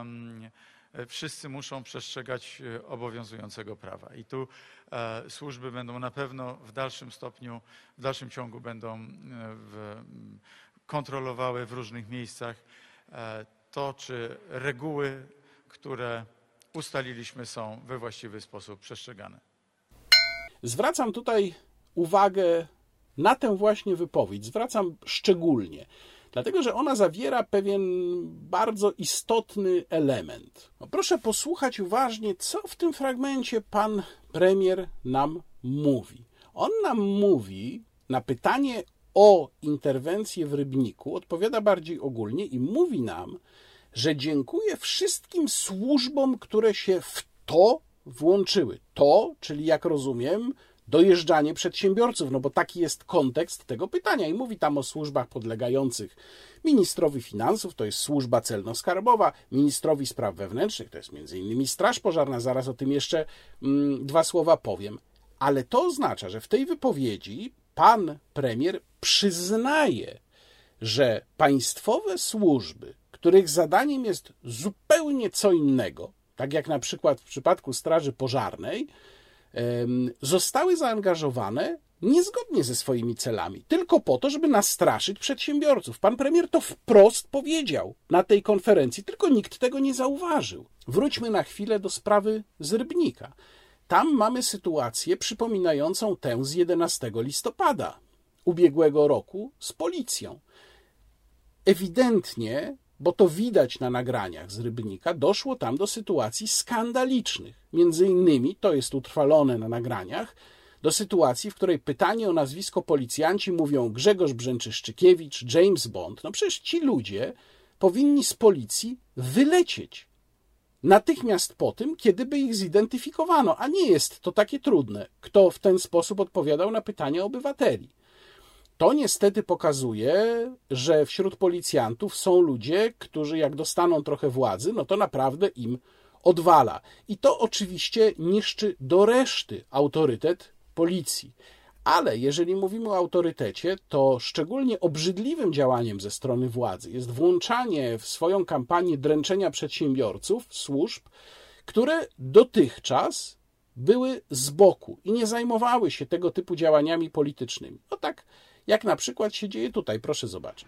Speaker 2: wszyscy muszą przestrzegać obowiązującego prawa. I tu e, służby będą na pewno w dalszym stopniu, w dalszym ciągu będą w, kontrolowały w różnych miejscach e, to, czy reguły, które ustaliliśmy, są we właściwy sposób przestrzegane.
Speaker 1: Zwracam tutaj uwagę na tę właśnie wypowiedź. Zwracam szczególnie. Dlatego, że ona zawiera pewien bardzo istotny element. No proszę posłuchać uważnie, co w tym fragmencie pan premier nam mówi. On nam mówi na pytanie o interwencję w Rybniku, odpowiada bardziej ogólnie i mówi nam, że dziękuję wszystkim służbom, które się w to włączyły. To, czyli jak rozumiem, dojeżdżanie przedsiębiorców, no bo taki jest kontekst tego pytania i mówi tam o służbach podlegających ministrowi finansów, to jest służba celno-skarbowa, ministrowi spraw wewnętrznych, to jest między innymi Straż Pożarna, zaraz o tym jeszcze mm, dwa słowa powiem, ale to oznacza, że w tej wypowiedzi pan premier przyznaje, że państwowe służby, których zadaniem jest zupełnie co innego, tak jak na przykład w przypadku Straży Pożarnej, zostały zaangażowane niezgodnie ze swoimi celami, tylko po to, żeby nastraszyć przedsiębiorców. Pan premier to wprost powiedział na tej konferencji, tylko nikt tego nie zauważył. Wróćmy na chwilę do sprawy z Rybnika. Tam mamy sytuację przypominającą tę z jedenastego listopada ubiegłego roku z policją. Ewidentnie, bo to widać na nagraniach z Rybnika, doszło tam do sytuacji skandalicznych. Między innymi, to jest utrwalone na nagraniach, do sytuacji, w której pytanie o nazwisko policjanci mówią Grzegorz Brzęczyszczykiewicz, James Bond. No przecież ci ludzie powinni z policji wylecieć natychmiast po tym, kiedy by ich zidentyfikowano, a nie jest to takie trudne, kto w ten sposób odpowiadał na pytania obywateli. To niestety pokazuje, że wśród policjantów są ludzie, którzy jak dostaną trochę władzy, no to naprawdę im odwala. I to oczywiście niszczy do reszty autorytet policji. Ale jeżeli mówimy o autorytecie, to szczególnie obrzydliwym działaniem ze strony władzy jest włączanie w swoją kampanię dręczenia przedsiębiorców, służb, które dotychczas były z boku i nie zajmowały się tego typu działaniami politycznymi. No tak, jak na przykład się dzieje tutaj, proszę zobaczyć.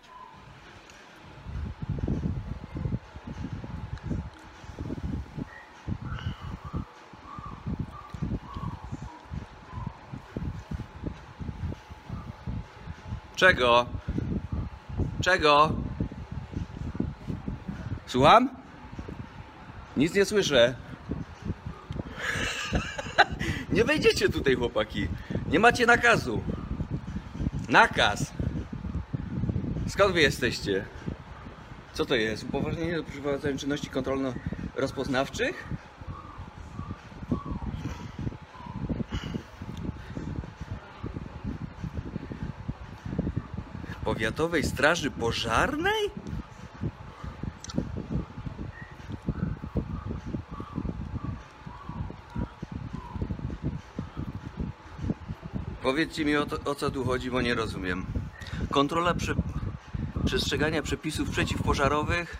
Speaker 6: Czego? Czego? Słucham? Nic nie słyszę. Nie wejdziecie tutaj, chłopaki. Nie macie nakazu. Nakaz. Skąd wy jesteście? Co to jest? Upoważnienie do przeprowadzania czynności kontrolno-rozpoznawczych? Powiatowej Straży Pożarnej? Powiedzcie mi o, to, o co tu chodzi, bo nie rozumiem. Kontrola prze, przestrzegania przepisów przeciwpożarowych?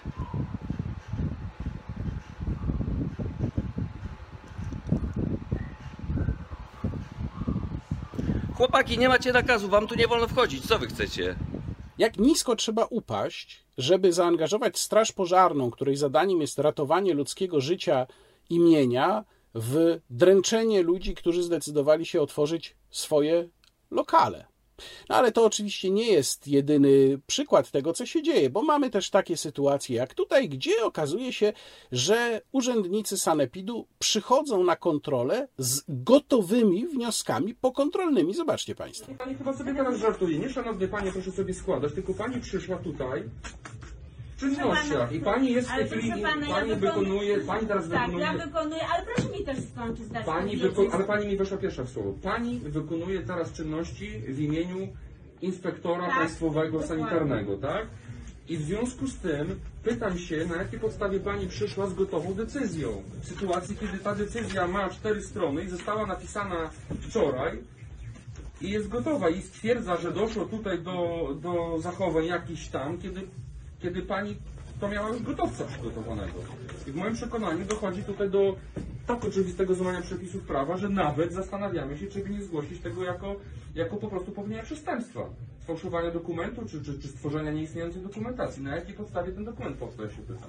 Speaker 6: Chłopaki, nie macie nakazu, wam tu nie wolno wchodzić. Co wy chcecie?
Speaker 1: Jak nisko trzeba upaść, żeby zaangażować Straż Pożarną, której zadaniem jest ratowanie ludzkiego życia i mienia, w dręczenie ludzi, którzy zdecydowali się otworzyć swoje lokale. No ale to oczywiście nie jest jedyny przykład tego, co się dzieje, bo mamy też takie sytuacje jak tutaj, gdzie okazuje się, że urzędnicy sanepidu przychodzą na kontrolę z gotowymi wnioskami pokontrolnymi. Zobaczcie Państwo.
Speaker 7: Pani chyba sobie teraz żartuje. Nie, szanowny panie, proszę sobie składać, tylko pani przyszła tutaj w czynnościach i pani jest w tej chwili, pani ja wykonuje, pani teraz
Speaker 8: tak,
Speaker 7: wykonuje...
Speaker 8: ja wykonuję, ale proszę mi też skończyć zdać.
Speaker 7: Pani wyko... Ale pani mi weszła pierwsza w słowo. Pani wykonuje teraz czynności w imieniu inspektora
Speaker 8: tak,
Speaker 7: państwowego
Speaker 8: dokładnie.
Speaker 7: Sanitarnego, tak? I w związku z tym pytam się, na jakiej podstawie pani przyszła z gotową decyzją. W sytuacji, kiedy ta decyzja ma cztery strony i została napisana wczoraj i jest gotowa i stwierdza, że doszło tutaj do, do zachowań jakichś tam, kiedy, kiedy pani to miała już gotowca przygotowanego. I w moim przekonaniu dochodzi tutaj do tak oczywistego złamania przepisów prawa, że nawet zastanawiamy się, czy by nie zgłosić tego jako, jako po prostu popełnienia przestępstwa. Sfałszowania dokumentu, czy, czy, czy stworzenia nieistniejącej dokumentacji. Na jakiej podstawie ten dokument powstał, się pytam.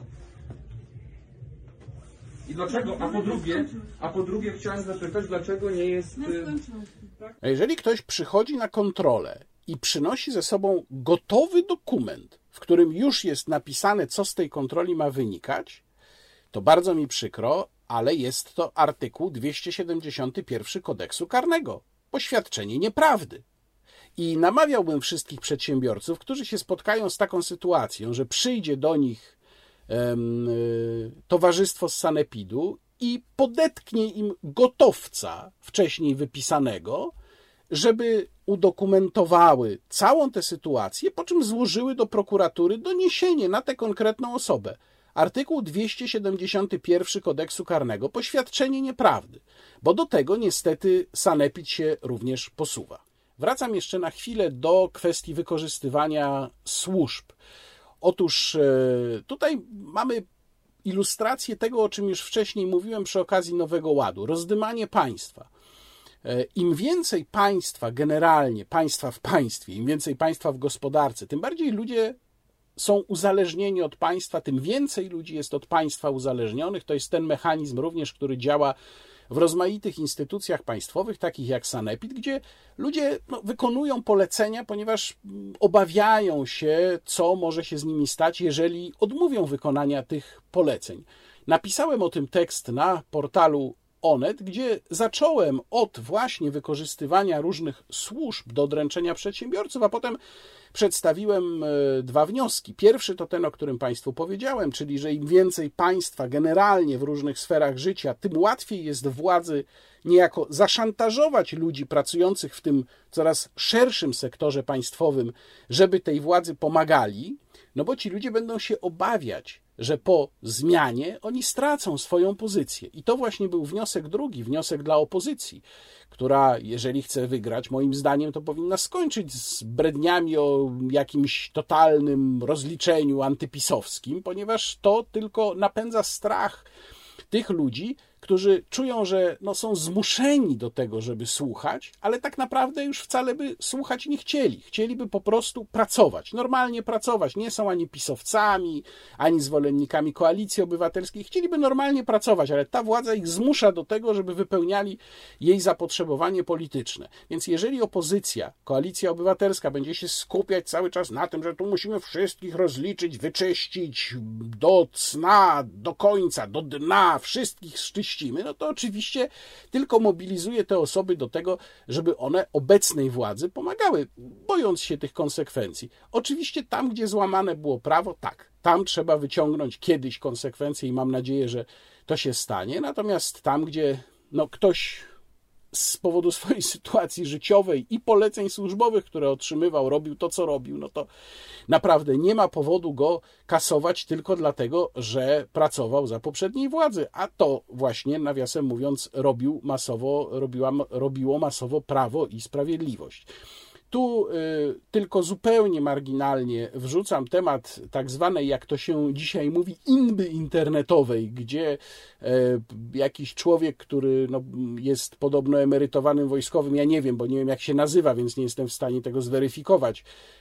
Speaker 7: I dlaczego, a po drugie, a po drugie chciałem zapytać, dlaczego nie jest...
Speaker 1: A jeżeli ktoś przychodzi na kontrolę i przynosi ze sobą gotowy dokument, w którym już jest napisane, co z tej kontroli ma wynikać, to bardzo mi przykro, ale jest to artykuł dwieście siedemdziesiąty pierwszy Kodeksu Karnego. Poświadczenie nieprawdy. I namawiałbym wszystkich przedsiębiorców, którzy się spotkają z taką sytuacją, że przyjdzie do nich um, towarzystwo z sanepidu i podetknie im gotowca wcześniej wypisanego, żeby udokumentowały całą tę sytuację, po czym złożyły do prokuratury doniesienie na tę konkretną osobę. Artykuł dwieście siedemdziesiąty pierwszy Kodeksu Karnego, poświadczenie nieprawdy, bo do tego niestety sanepid się również posuwa. Wracam jeszcze na chwilę do kwestii wykorzystywania służb. Otóż tutaj mamy ilustrację tego, o czym już wcześniej mówiłem przy okazji Nowego Ładu. Rozdymanie państwa. Im więcej państwa generalnie, państwa w państwie, im więcej państwa w gospodarce, tym bardziej ludzie są uzależnieni od państwa, tym więcej ludzi jest od państwa uzależnionych. To jest ten mechanizm również, który działa w rozmaitych instytucjach państwowych, takich jak sanepid, gdzie ludzie no, wykonują polecenia, ponieważ obawiają się, co może się z nimi stać, jeżeli odmówią wykonania tych poleceń. Napisałem o tym tekst na portalu Onet, gdzie zacząłem od właśnie wykorzystywania różnych służb do dręczenia przedsiębiorców, a potem przedstawiłem dwa wnioski. Pierwszy to ten, o którym Państwu powiedziałem, czyli że im więcej państwa generalnie w różnych sferach życia, tym łatwiej jest władzy niejako zaszantażować ludzi pracujących w tym coraz szerszym sektorze państwowym, żeby tej władzy pomagali, no bo ci ludzie będą się obawiać, że po zmianie oni stracą swoją pozycję. I to właśnie był wniosek drugi, wniosek dla opozycji, która, jeżeli chce wygrać, moim zdaniem to powinna skończyć z bredniami o jakimś totalnym rozliczeniu antypisowskim, ponieważ to tylko napędza strach tych ludzi, którzy czują, że no, są zmuszeni do tego, żeby słuchać, ale tak naprawdę już wcale by słuchać nie chcieli. Chcieliby po prostu pracować, normalnie pracować. Nie są ani pisowcami, ani zwolennikami Koalicji Obywatelskiej. Chcieliby normalnie pracować, ale ta władza ich zmusza do tego, żeby wypełniali jej zapotrzebowanie polityczne. Więc jeżeli opozycja, Koalicja Obywatelska będzie się skupiać cały czas na tym, że tu musimy wszystkich rozliczyć, wyczyścić do cna, do końca, do dna, wszystkich szczyścić, no to oczywiście tylko mobilizuje te osoby do tego, żeby one obecnej władzy pomagały, bojąc się tych konsekwencji. Oczywiście tam, gdzie złamane było prawo, tak, tam trzeba wyciągnąć kiedyś konsekwencje i mam nadzieję, że to się stanie. Natomiast tam, gdzie no, ktoś z powodu swojej sytuacji życiowej i poleceń służbowych, które otrzymywał, robił to, co robił, no to naprawdę nie ma powodu go kasować tylko dlatego, że pracował za poprzedniej władzy, a to właśnie, nawiasem mówiąc, robił masowo, robiła, robiło masowo Prawo i Sprawiedliwość. Tu y, tylko zupełnie marginalnie wrzucam temat tak zwanej, jak to się dzisiaj mówi, inby internetowej, gdzie y, jakiś człowiek, który no, jest podobno emerytowanym wojskowym, ja nie wiem, bo nie wiem jak się nazywa, więc nie jestem w stanie tego zweryfikować,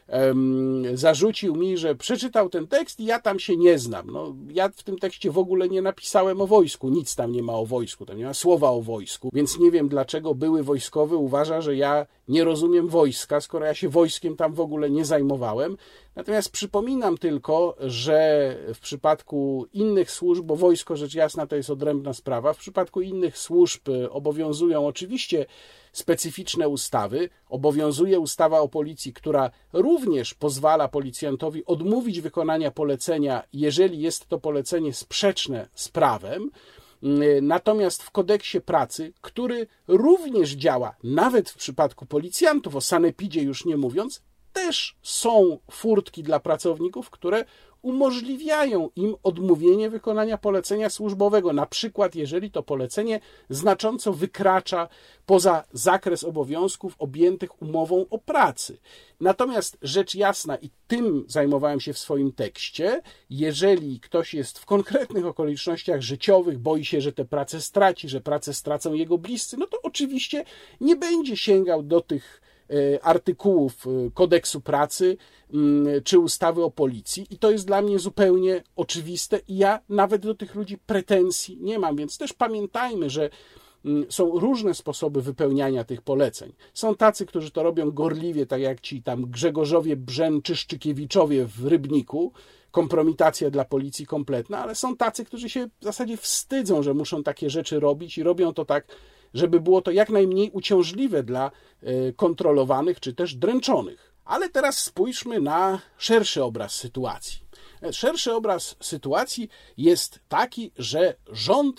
Speaker 1: y, zarzucił mi, że przeczytał ten tekst i ja tam się nie znam. No, ja w tym tekście w ogóle nie napisałem o wojsku, nic tam nie ma o wojsku, tam nie ma słowa o wojsku, więc nie wiem dlaczego były wojskowy uważa, że ja nie rozumiem wojska, skoro ja się wojskiem tam w ogóle nie zajmowałem. Natomiast przypominam tylko, że w przypadku innych służb, bo wojsko rzecz jasna to jest odrębna sprawa, w przypadku innych służb obowiązują oczywiście specyficzne ustawy. Obowiązuje ustawa o policji, która również pozwala policjantowi odmówić wykonania polecenia, jeżeli jest to polecenie sprzeczne z prawem. Natomiast w kodeksie pracy, który również działa nawet w przypadku policjantów, o sanepidzie już nie mówiąc, też są furtki dla pracowników, które umożliwiają im odmówienie wykonania polecenia służbowego, na przykład jeżeli to polecenie znacząco wykracza poza zakres obowiązków objętych umową o pracy. Natomiast rzecz jasna, i tym zajmowałem się w swoim tekście, jeżeli ktoś jest w konkretnych okolicznościach życiowych, boi się, że tę pracę straci, że pracę stracą jego bliscy, no to oczywiście nie będzie sięgał do tych artykułów kodeksu pracy czy ustawy o policji i to jest dla mnie zupełnie oczywiste i ja nawet do tych ludzi pretensji nie mam, więc też pamiętajmy, że są różne sposoby wypełniania tych poleceń. Są tacy, którzy to robią gorliwie, tak jak ci tam Grzegorzowie Brzęczyszczykiewiczowie w Rybniku, kompromitacja dla policji kompletna, ale są tacy, którzy się w zasadzie wstydzą, że muszą takie rzeczy robić i robią to tak, żeby było to jak najmniej uciążliwe dla kontrolowanych czy też dręczonych. Ale teraz spójrzmy na szerszy obraz sytuacji. Szerszy obraz sytuacji jest taki, że rząd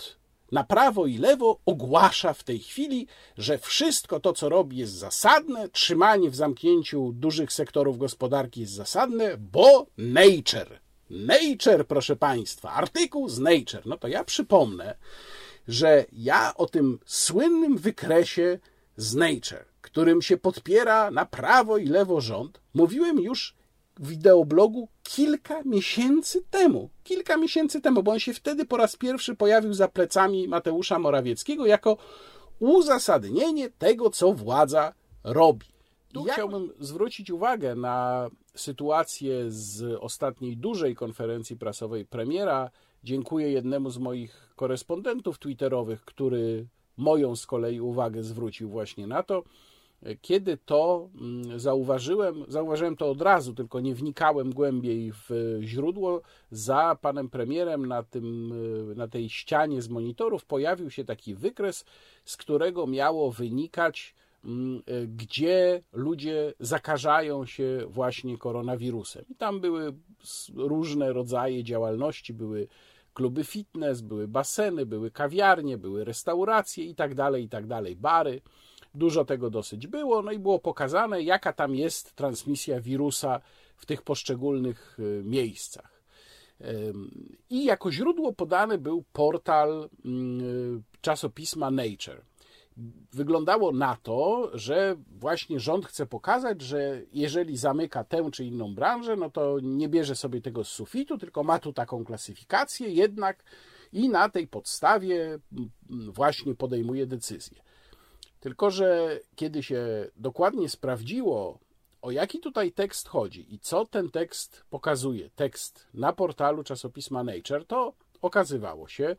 Speaker 1: na prawo i lewo ogłasza w tej chwili, że wszystko to, co robi, jest zasadne, trzymanie w zamknięciu dużych sektorów gospodarki jest zasadne, bo Nature. Nature, proszę Państwa, artykuł z Nature. No to ja przypomnę, że ja o tym słynnym wykresie z Nature, którym się podpiera na prawo i lewo rząd, mówiłem już w wideoblogu kilka miesięcy temu. Kilka miesięcy temu, bo on się wtedy po raz pierwszy pojawił za plecami Mateusza Morawieckiego jako uzasadnienie tego, co władza robi. Tu ja chciałbym zwrócić uwagę na sytuację z ostatniej dużej konferencji prasowej premiera. Dziękuję jednemu z moich korespondentów twitterowych, który moją z kolei uwagę zwrócił właśnie na to. Kiedy to zauważyłem, zauważyłem to od razu, tylko nie wnikałem głębiej w źródło, za panem premierem na, tym, na tej ścianie z monitorów pojawił się taki wykres, z którego miało wynikać, gdzie ludzie zakażają się właśnie koronawirusem. I tam były różne rodzaje działalności, były kluby fitness, były baseny, były kawiarnie, były restauracje i tak dalej, i tak dalej, bary. Dużo tego dosyć było, no i było pokazane, jaka tam jest transmisja wirusa w tych poszczególnych miejscach. I jako źródło podany był portal czasopisma Nature. Wyglądało na to, że właśnie rząd chce pokazać, że jeżeli zamyka tę czy inną branżę, no to nie bierze sobie tego z sufitu, tylko ma tu taką klasyfikację jednak i na tej podstawie właśnie podejmuje decyzję. Tylko że kiedy się dokładnie sprawdziło, o jaki tutaj tekst chodzi i co ten tekst pokazuje, tekst na portalu czasopisma Nature, to okazywało się,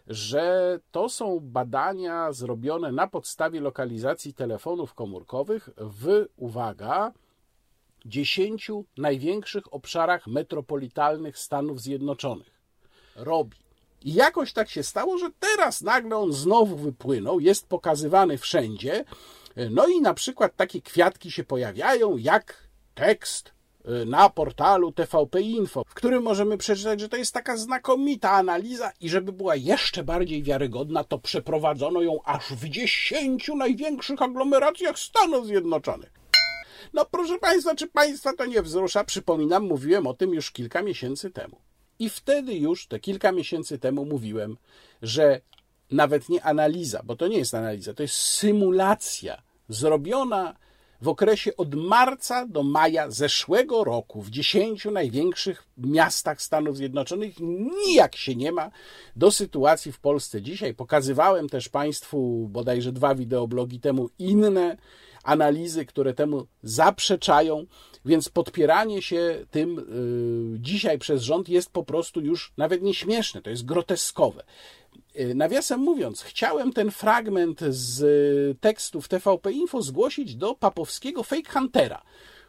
Speaker 1: że to są badania zrobione na podstawie lokalizacji telefonów komórkowych w, uwaga, dziesięciu największych obszarach metropolitalnych Stanów Zjednoczonych. Robi. I jakoś tak się stało, że teraz nagle on znowu wypłynął, jest pokazywany wszędzie, no i na przykład takie kwiatki się pojawiają, jak tekst na portalu T V P Info, w którym możemy przeczytać, że to jest taka znakomita analiza i żeby była jeszcze bardziej wiarygodna, to przeprowadzono ją aż w dziesięciu największych aglomeracjach Stanów Zjednoczonych. No proszę Państwa, czy Państwa to nie wzrusza? Przypominam, mówiłem o tym już kilka miesięcy temu. I wtedy już, te kilka miesięcy temu mówiłem, że nawet nie analiza, bo to nie jest analiza, to jest symulacja zrobiona w okresie od marca do maja zeszłego roku w dziesięciu największych miastach Stanów Zjednoczonych nijak się nie ma do sytuacji w Polsce dzisiaj. Pokazywałem też Państwu bodajże dwa wideoblogi temu inne analizy, które temu zaprzeczają, więc podpieranie się tym yy, dzisiaj przez rząd jest po prostu już nawet nie śmieszne, to jest groteskowe. Nawiasem mówiąc, chciałem ten fragment z tekstów T V P Info zgłosić do papowskiego Fake Huntera.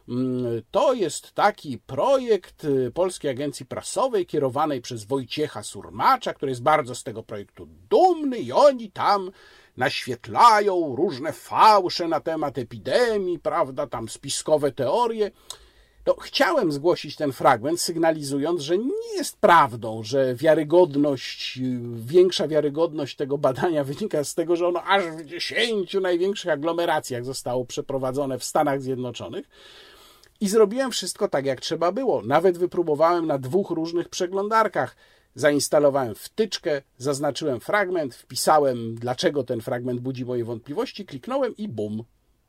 Speaker 1: To jest taki projekt Polskiej Agencji Prasowej kierowanej przez Wojciecha Surmacza, który jest bardzo z tego projektu dumny i oni tam naświetlają różne fałsze na temat epidemii, prawda, tam spiskowe teorie. To chciałem zgłosić ten fragment, sygnalizując, że nie jest prawdą, że wiarygodność, większa wiarygodność tego badania wynika z tego, że ono aż w dziesięciu największych aglomeracjach zostało przeprowadzone w Stanach Zjednoczonych. I zrobiłem wszystko tak, jak trzeba było. Nawet wypróbowałem na dwóch różnych przeglądarkach. Zainstalowałem wtyczkę, zaznaczyłem fragment, wpisałem, dlaczego ten fragment budzi moje wątpliwości, kliknąłem i bum.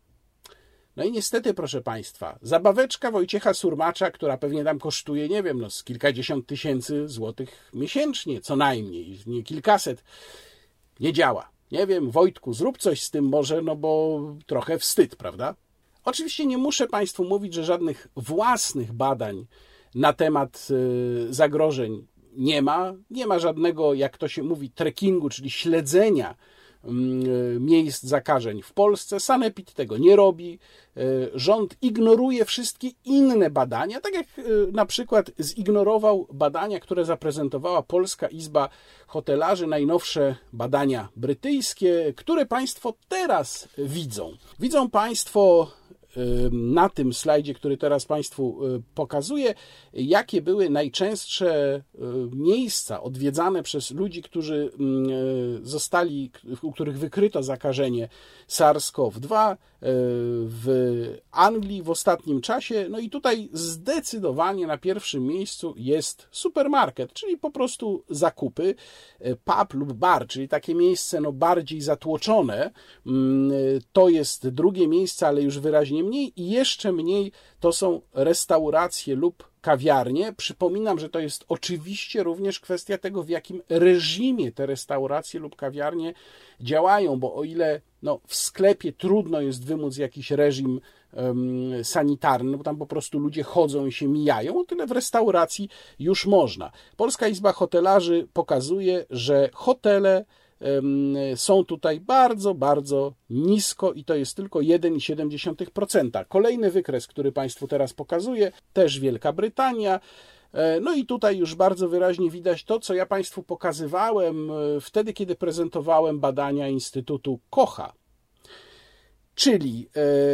Speaker 1: No i niestety, proszę Państwa, zabaweczka Wojciecha Surmacza, która pewnie tam kosztuje, nie wiem, no z kilkadziesiąt tysięcy złotych miesięcznie, co najmniej, nie kilkaset, nie działa. Nie wiem, Wojtku, zrób coś z tym może, no bo trochę wstyd, prawda? Oczywiście nie muszę Państwu mówić, że żadnych własnych badań na temat zagrożeń nie ma. Nie ma żadnego, jak to się mówi, trackingu, czyli śledzenia miejsc zakażeń w Polsce. Sanepid tego nie robi. Rząd ignoruje wszystkie inne badania, tak jak na przykład zignorował badania, które zaprezentowała Polska Izba Hotelarzy, najnowsze badania brytyjskie, które Państwo teraz widzą. Widzą Państwo na tym slajdzie, który teraz Państwu pokazuję, jakie były najczęstsze miejsca odwiedzane przez ludzi, którzy zostali, u których wykryto zakażenie SARS-CoV dwa w Anglii w ostatnim czasie. No i tutaj zdecydowanie na pierwszym miejscu jest supermarket, czyli po prostu zakupy, pub lub bar, czyli takie miejsce no bardziej zatłoczone. To jest drugie miejsce, ale już wyraźnie mniej i jeszcze mniej to są restauracje lub kawiarnie. Przypominam, że to jest oczywiście również kwestia tego, w jakim reżimie te restauracje lub kawiarnie działają, bo o ile no, w sklepie trudno jest wymóc jakiś reżim um, sanitarny, bo tam po prostu ludzie chodzą i się mijają, o tyle w restauracji już można. Polska Izba Hotelarzy pokazuje, że hotele um, są tutaj bardzo, bardzo nisko i to jest tylko jeden przecinek siedem procent. Kolejny wykres, który Państwu teraz pokazuję, też Wielka Brytania. No i tutaj już bardzo wyraźnie widać to, co ja Państwu pokazywałem wtedy, kiedy prezentowałem badania Instytutu Kocha. Czyli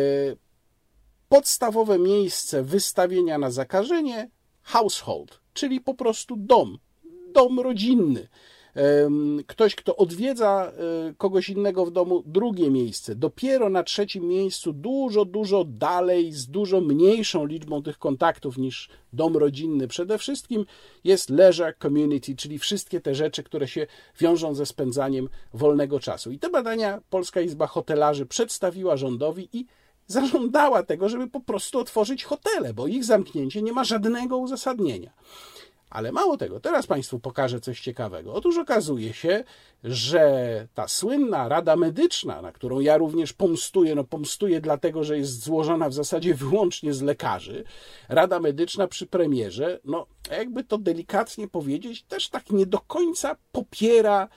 Speaker 1: podstawowe miejsce wystawienia na zakażenie household, czyli po prostu dom, dom rodzinny. Ktoś, kto odwiedza kogoś innego w domu, drugie miejsce. Dopiero na trzecim miejscu, dużo, dużo dalej, z dużo mniejszą liczbą tych kontaktów niż dom rodzinny. Przede wszystkim jest leisure community, czyli wszystkie te rzeczy, które się wiążą ze spędzaniem wolnego czasu. I te badania Polska Izba Hotelarzy przedstawiła rządowi i zażądała tego, żeby po prostu otworzyć hotele, bo ich zamknięcie nie ma żadnego uzasadnienia. Ale mało tego, teraz Państwu pokażę coś ciekawego. Otóż okazuje się, że ta słynna Rada Medyczna, na którą ja również pomstuję, no pomstuję dlatego, że jest złożona w zasadzie wyłącznie z lekarzy, Rada Medyczna przy premierze, no jakby to delikatnie powiedzieć, też tak nie do końca popiera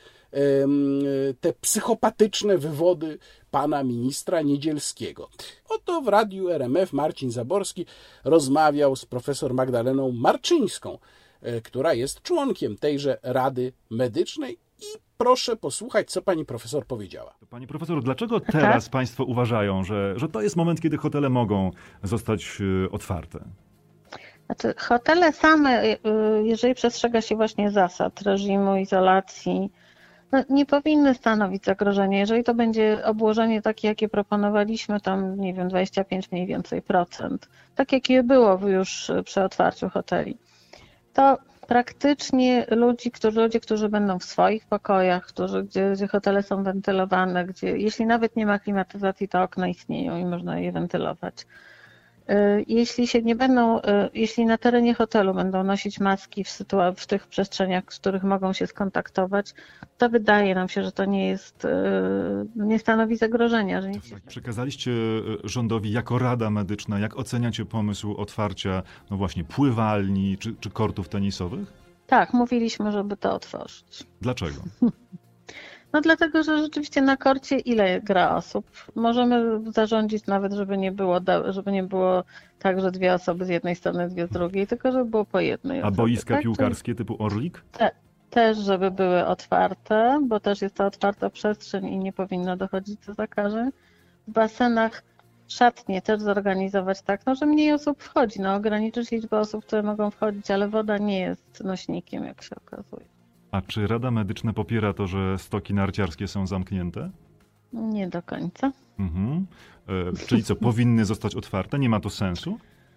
Speaker 1: te psychopatyczne wywody pana ministra Niedzielskiego. Oto w Radiu R M F Marcin Zaborski rozmawiał z profesor Magdaleną Marczyńską, która jest członkiem tejże Rady Medycznej i proszę posłuchać, co pani profesor powiedziała.
Speaker 9: Pani profesor, dlaczego teraz tak? Państwo uważają, że, że to jest moment, kiedy hotele mogą zostać otwarte?
Speaker 10: Znaczy, hotele same, jeżeli przestrzega się właśnie zasad reżimu izolacji, no, nie powinny stanowić zagrożenia. Jeżeli to będzie obłożenie takie, jakie proponowaliśmy, tam nie wiem, dwadzieścia pięć mniej więcej procent, tak jakie było już przy otwarciu hoteli, to praktycznie ludzi, którzy, ludzie, którzy będą w swoich pokojach, którzy, gdzie, gdzie hotele są wentylowane, gdzie jeśli nawet nie ma klimatyzacji, to okna istnieją i można je wentylować. Jeśli się nie będą, jeśli na terenie hotelu będą nosić maski w, sytua- w tych przestrzeniach, w których mogą się skontaktować, to wydaje nam się, że to nie jest, nie stanowi zagrożenia. Że nic się...
Speaker 9: Przekazaliście rządowi jako Rada Medyczna, jak oceniacie pomysł otwarcia, no właśnie, pływalni czy, czy kortów tenisowych?
Speaker 10: Tak, mówiliśmy, żeby to otworzyć.
Speaker 9: Dlaczego?
Speaker 10: No dlatego, że rzeczywiście na korcie ile gra osób? Możemy zarządzić nawet, żeby nie było, żeby nie było tak, że dwie osoby z jednej strony, dwie z drugiej, tylko żeby było po jednej.
Speaker 9: A
Speaker 10: osobie,
Speaker 9: boiska
Speaker 10: tak?
Speaker 9: piłkarskie typu Orlik?
Speaker 10: Te, też, żeby były otwarte, bo też jest to otwarta przestrzeń i nie powinno dochodzić do zakażeń. W basenach szatnie też zorganizować tak, no, że mniej osób wchodzi, no ograniczyć liczbę osób, które mogą wchodzić, ale woda nie jest nośnikiem, jak się okazuje.
Speaker 9: A czy Rada Medyczna popiera to, że stoki narciarskie są zamknięte?
Speaker 10: Nie do końca.
Speaker 9: Mhm. E, czyli co, powinny zostać otwarte? Nie ma to sensu?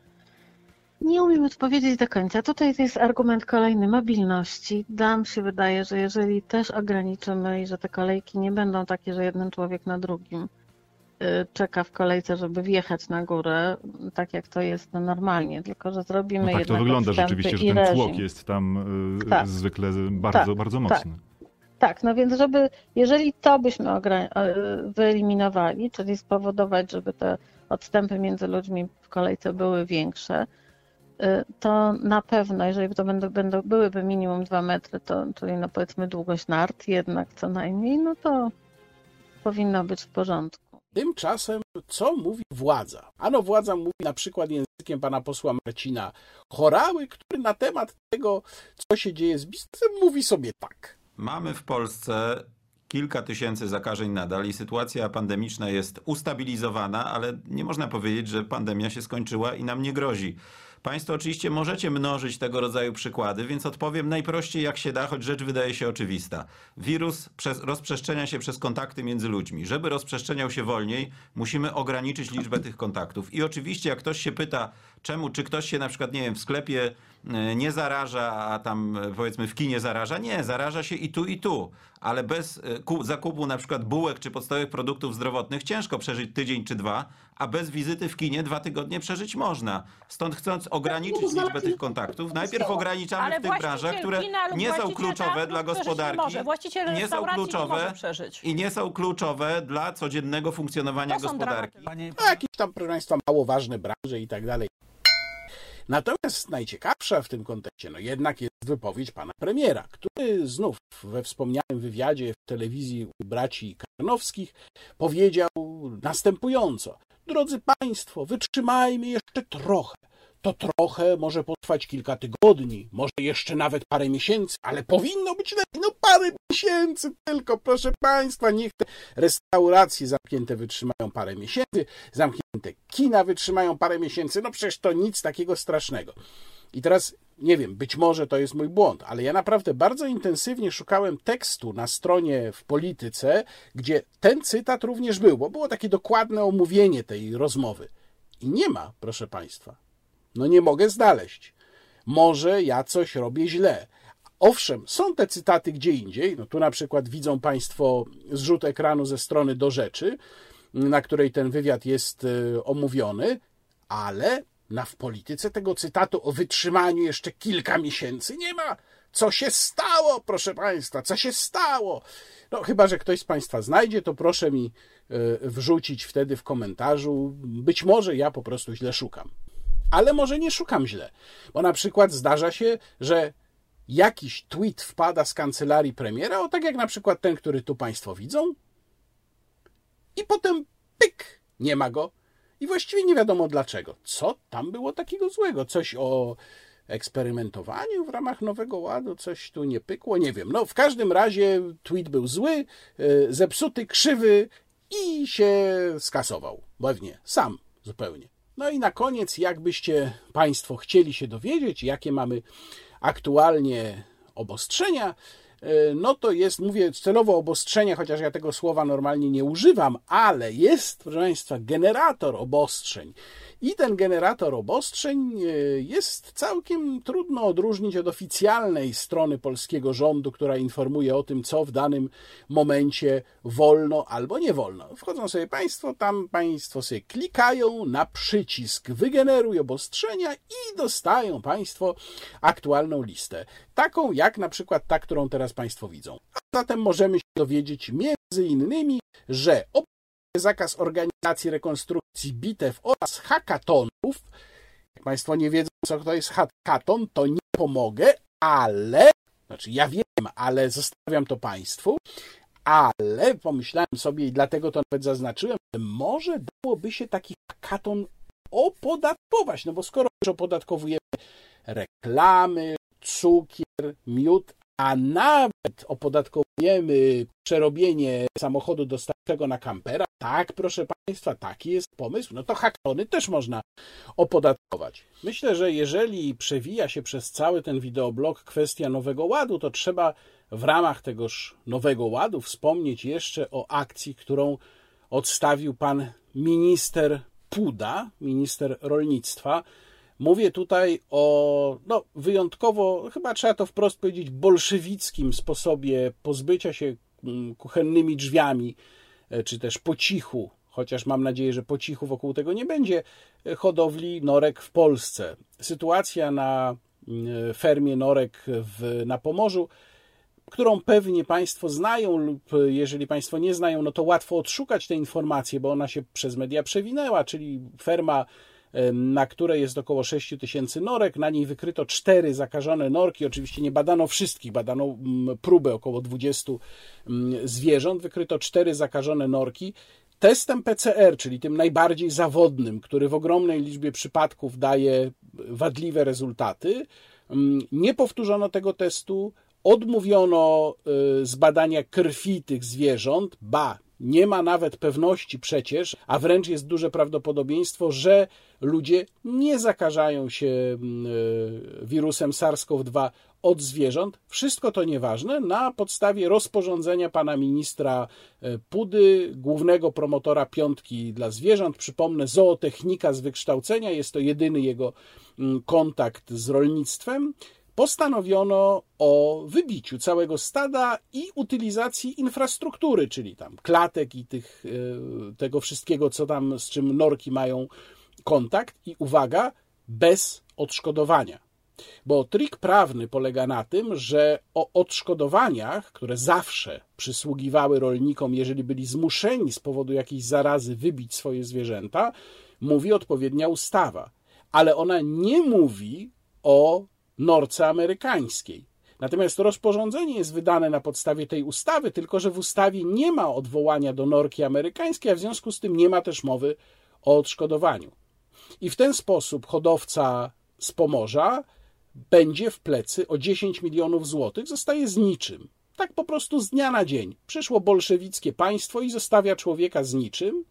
Speaker 10: Nie umiem odpowiedzieć do końca. Tutaj jest argument kolejny mobilności. Nam się wydaje, że jeżeli też ograniczymy i że te kolejki nie będą takie, że jeden człowiek na drugim czeka w kolejce, żeby wjechać na górę, tak jak to jest normalnie, tylko że zrobimy
Speaker 9: no tak
Speaker 10: jednak
Speaker 9: to wygląda rzeczywiście, że ten
Speaker 10: reżim.
Speaker 9: tłok jest tam
Speaker 10: tak.
Speaker 9: zwykle bardzo,
Speaker 10: tak,
Speaker 9: bardzo mocny.
Speaker 10: Tak. tak, no więc żeby, jeżeli to byśmy wyeliminowali, czyli spowodować, żeby te odstępy między ludźmi w kolejce były większe, to na pewno, jeżeli to będą, będą byłyby minimum dwa metry, to, czyli no powiedzmy długość nart jednak co najmniej, no to powinno być w porządku.
Speaker 1: Tymczasem, co mówi władza? Ano władza mówi na przykład językiem pana posła Marcina Horały, który na temat tego, co się dzieje z biznesem, mówi sobie tak.
Speaker 11: Mamy w Polsce kilka tysięcy zakażeń nadal i sytuacja pandemiczna jest ustabilizowana, ale nie można powiedzieć, że pandemia się skończyła i nam nie grozi. Państwo oczywiście możecie mnożyć tego rodzaju przykłady, więc odpowiem najprościej jak się da, choć rzecz wydaje się oczywista. Wirus przez, rozprzestrzenia się przez kontakty między ludźmi. Żeby rozprzestrzeniał się wolniej, musimy ograniczyć liczbę tych kontaktów. I oczywiście jak ktoś się pyta, czemu, czy ktoś się na przykład, nie wiem, w sklepie nie zaraża, a tam powiedzmy w kinie zaraża. Nie, zaraża się i tu, i tu. Ale bez zakupu na przykład bułek czy podstawowych produktów zdrowotnych ciężko przeżyć tydzień czy dwa, a bez wizyty w kinie dwa tygodnie przeżyć można. Stąd chcąc ograniczyć liczbę tych kontaktów, najpierw ograniczamy
Speaker 12: Ale
Speaker 11: w tych branżach, które nie są kluczowe dla gospodarki, nie, nie są kluczowe i nie są kluczowe dla codziennego funkcjonowania gospodarki.
Speaker 1: No, jakieś tam, proszę Państwa, mało ważne branże i tak dalej. Natomiast najciekawsza w tym kontekście, no jednak jest wypowiedź pana premiera, który znów we wspomnianym wywiadzie w telewizji u braci Karnowskich powiedział następująco. Drodzy Państwo, wytrzymajmy jeszcze trochę. To trochę może potrwać kilka tygodni, może jeszcze nawet parę miesięcy, ale powinno być lepiej. No parę miesięcy tylko, proszę Państwa, niech te restauracje zamknięte wytrzymają parę miesięcy, zamknięte kina wytrzymają parę miesięcy, no przecież to nic takiego strasznego. I teraz, nie wiem, być może to jest mój błąd, ale ja naprawdę bardzo intensywnie szukałem tekstu na stronie w Polityce, gdzie ten cytat również był, bo było takie dokładne omówienie tej rozmowy. I nie ma, proszę Państwa. No nie mogę znaleźć. Może ja coś robię źle. Owszem, są te cytaty gdzie indziej. No tu na przykład widzą Państwo zrzut ekranu ze strony Do Rzeczy, na której ten wywiad jest omówiony, ale na w Polityce tego cytatu o wytrzymaniu jeszcze kilka miesięcy nie ma. Co się stało, proszę Państwa, co się stało? No chyba że ktoś z Państwa znajdzie, to proszę mi wrzucić wtedy w komentarzu. Być może ja po prostu źle szukam. Ale może nie szukam źle, bo na przykład zdarza się, że jakiś tweet wpada z kancelarii premiera, o tak jak na przykład ten, który tu Państwo widzą, i potem pyk, nie ma go i właściwie nie wiadomo dlaczego. Co tam było takiego złego? Coś o eksperymentowaniu w ramach Nowego Ładu, coś tu nie pykło, nie wiem. No w każdym razie tweet był zły, zepsuty, krzywy i się skasował. Pewnie, sam zupełnie. No i na koniec, jakbyście Państwo chcieli się dowiedzieć, jakie mamy aktualnie obostrzenia, no to jest, mówię celowo obostrzenia, chociaż ja tego słowa normalnie nie używam, ale jest, proszę Państwa, generator obostrzeń. I ten generator obostrzeń jest całkiem trudno odróżnić od oficjalnej strony polskiego rządu, która informuje o tym, co w danym momencie wolno albo nie wolno. Wchodzą sobie Państwo, tam Państwo sobie klikają na przycisk wygeneruj obostrzenia i dostają Państwo aktualną listę. Taką jak na przykład ta, którą teraz Państwo widzą. A zatem możemy się dowiedzieć między innymi, że zakaz organizacji, rekonstrukcji bitew oraz hakatonów. Jak Państwo nie wiedzą, co to jest hakaton, to nie pomogę, ale, znaczy ja wiem, ale zostawiam to Państwu, ale pomyślałem sobie i dlatego to nawet zaznaczyłem, że może dałoby się taki hakaton opodatkować, no bo skoro już opodatkowujemy reklamy, cukier, miód, a nawet opodatkowujemy przerobienie samochodu dostawczego na kampera, tak, proszę Państwa, taki jest pomysł, no to hackathony też można opodatkować. Myślę, że jeżeli przewija się przez cały ten wideoblog kwestia Nowego Ładu, to trzeba w ramach tegoż Nowego Ładu wspomnieć jeszcze o akcji, którą odstawił pan minister Puda, minister rolnictwa. Mówię tutaj o no, wyjątkowo, chyba trzeba to wprost powiedzieć, bolszewickim sposobie pozbycia się kuchennymi drzwiami, czy też po cichu, chociaż mam nadzieję, że po cichu wokół tego nie będzie, hodowli norek w Polsce. Sytuacja na fermie norek w, na Pomorzu, którą pewnie Państwo znają lub jeżeli Państwo nie znają, no to łatwo odszukać te informacje, bo ona się przez media przewinęła, czyli ferma, na której jest około sześć tysięcy norek, na niej wykryto cztery zakażone norki, oczywiście nie badano wszystkich, badano próbę około dwudziestu zwierząt, wykryto cztery zakażone norki. Testem P C R, czyli tym najbardziej zawodnym, który w ogromnej liczbie przypadków daje wadliwe rezultaty, nie powtórzono tego testu, Odmówiono zbadania krwi tych zwierząt, ba, nie ma nawet pewności przecież, a wręcz jest duże prawdopodobieństwo, że ludzie nie zakażają się wirusem SARS-CoV dwa od zwierząt. Wszystko to nieważne. Na podstawie rozporządzenia pana ministra Pudy, głównego promotora piątki dla zwierząt, przypomnę, zootechnika z wykształcenia, jest to jedyny jego kontakt z rolnictwem, postanowiono o wybiciu całego stada i utylizacji infrastruktury, czyli tam klatek i tych, tego wszystkiego, co tam, z czym norki mają kontakt, i uwaga, bez odszkodowania. Bo trik prawny polega na tym, że o odszkodowaniach, które zawsze przysługiwały rolnikom, jeżeli byli zmuszeni z powodu jakiejś zarazy wybić swoje zwierzęta, mówi odpowiednia ustawa. Ale ona nie mówi o norce amerykańskiej. Natomiast rozporządzenie jest wydane na podstawie tej ustawy, tylko że w ustawie nie ma odwołania do norki amerykańskiej, a w związku z tym nie ma też mowy o odszkodowaniu. I w ten sposób hodowca z Pomorza będzie w plecy o dziesięć milionów złotych, zostaje z niczym. Tak po prostu z dnia na dzień. Przyszło bolszewickie państwo i zostawia człowieka z niczym.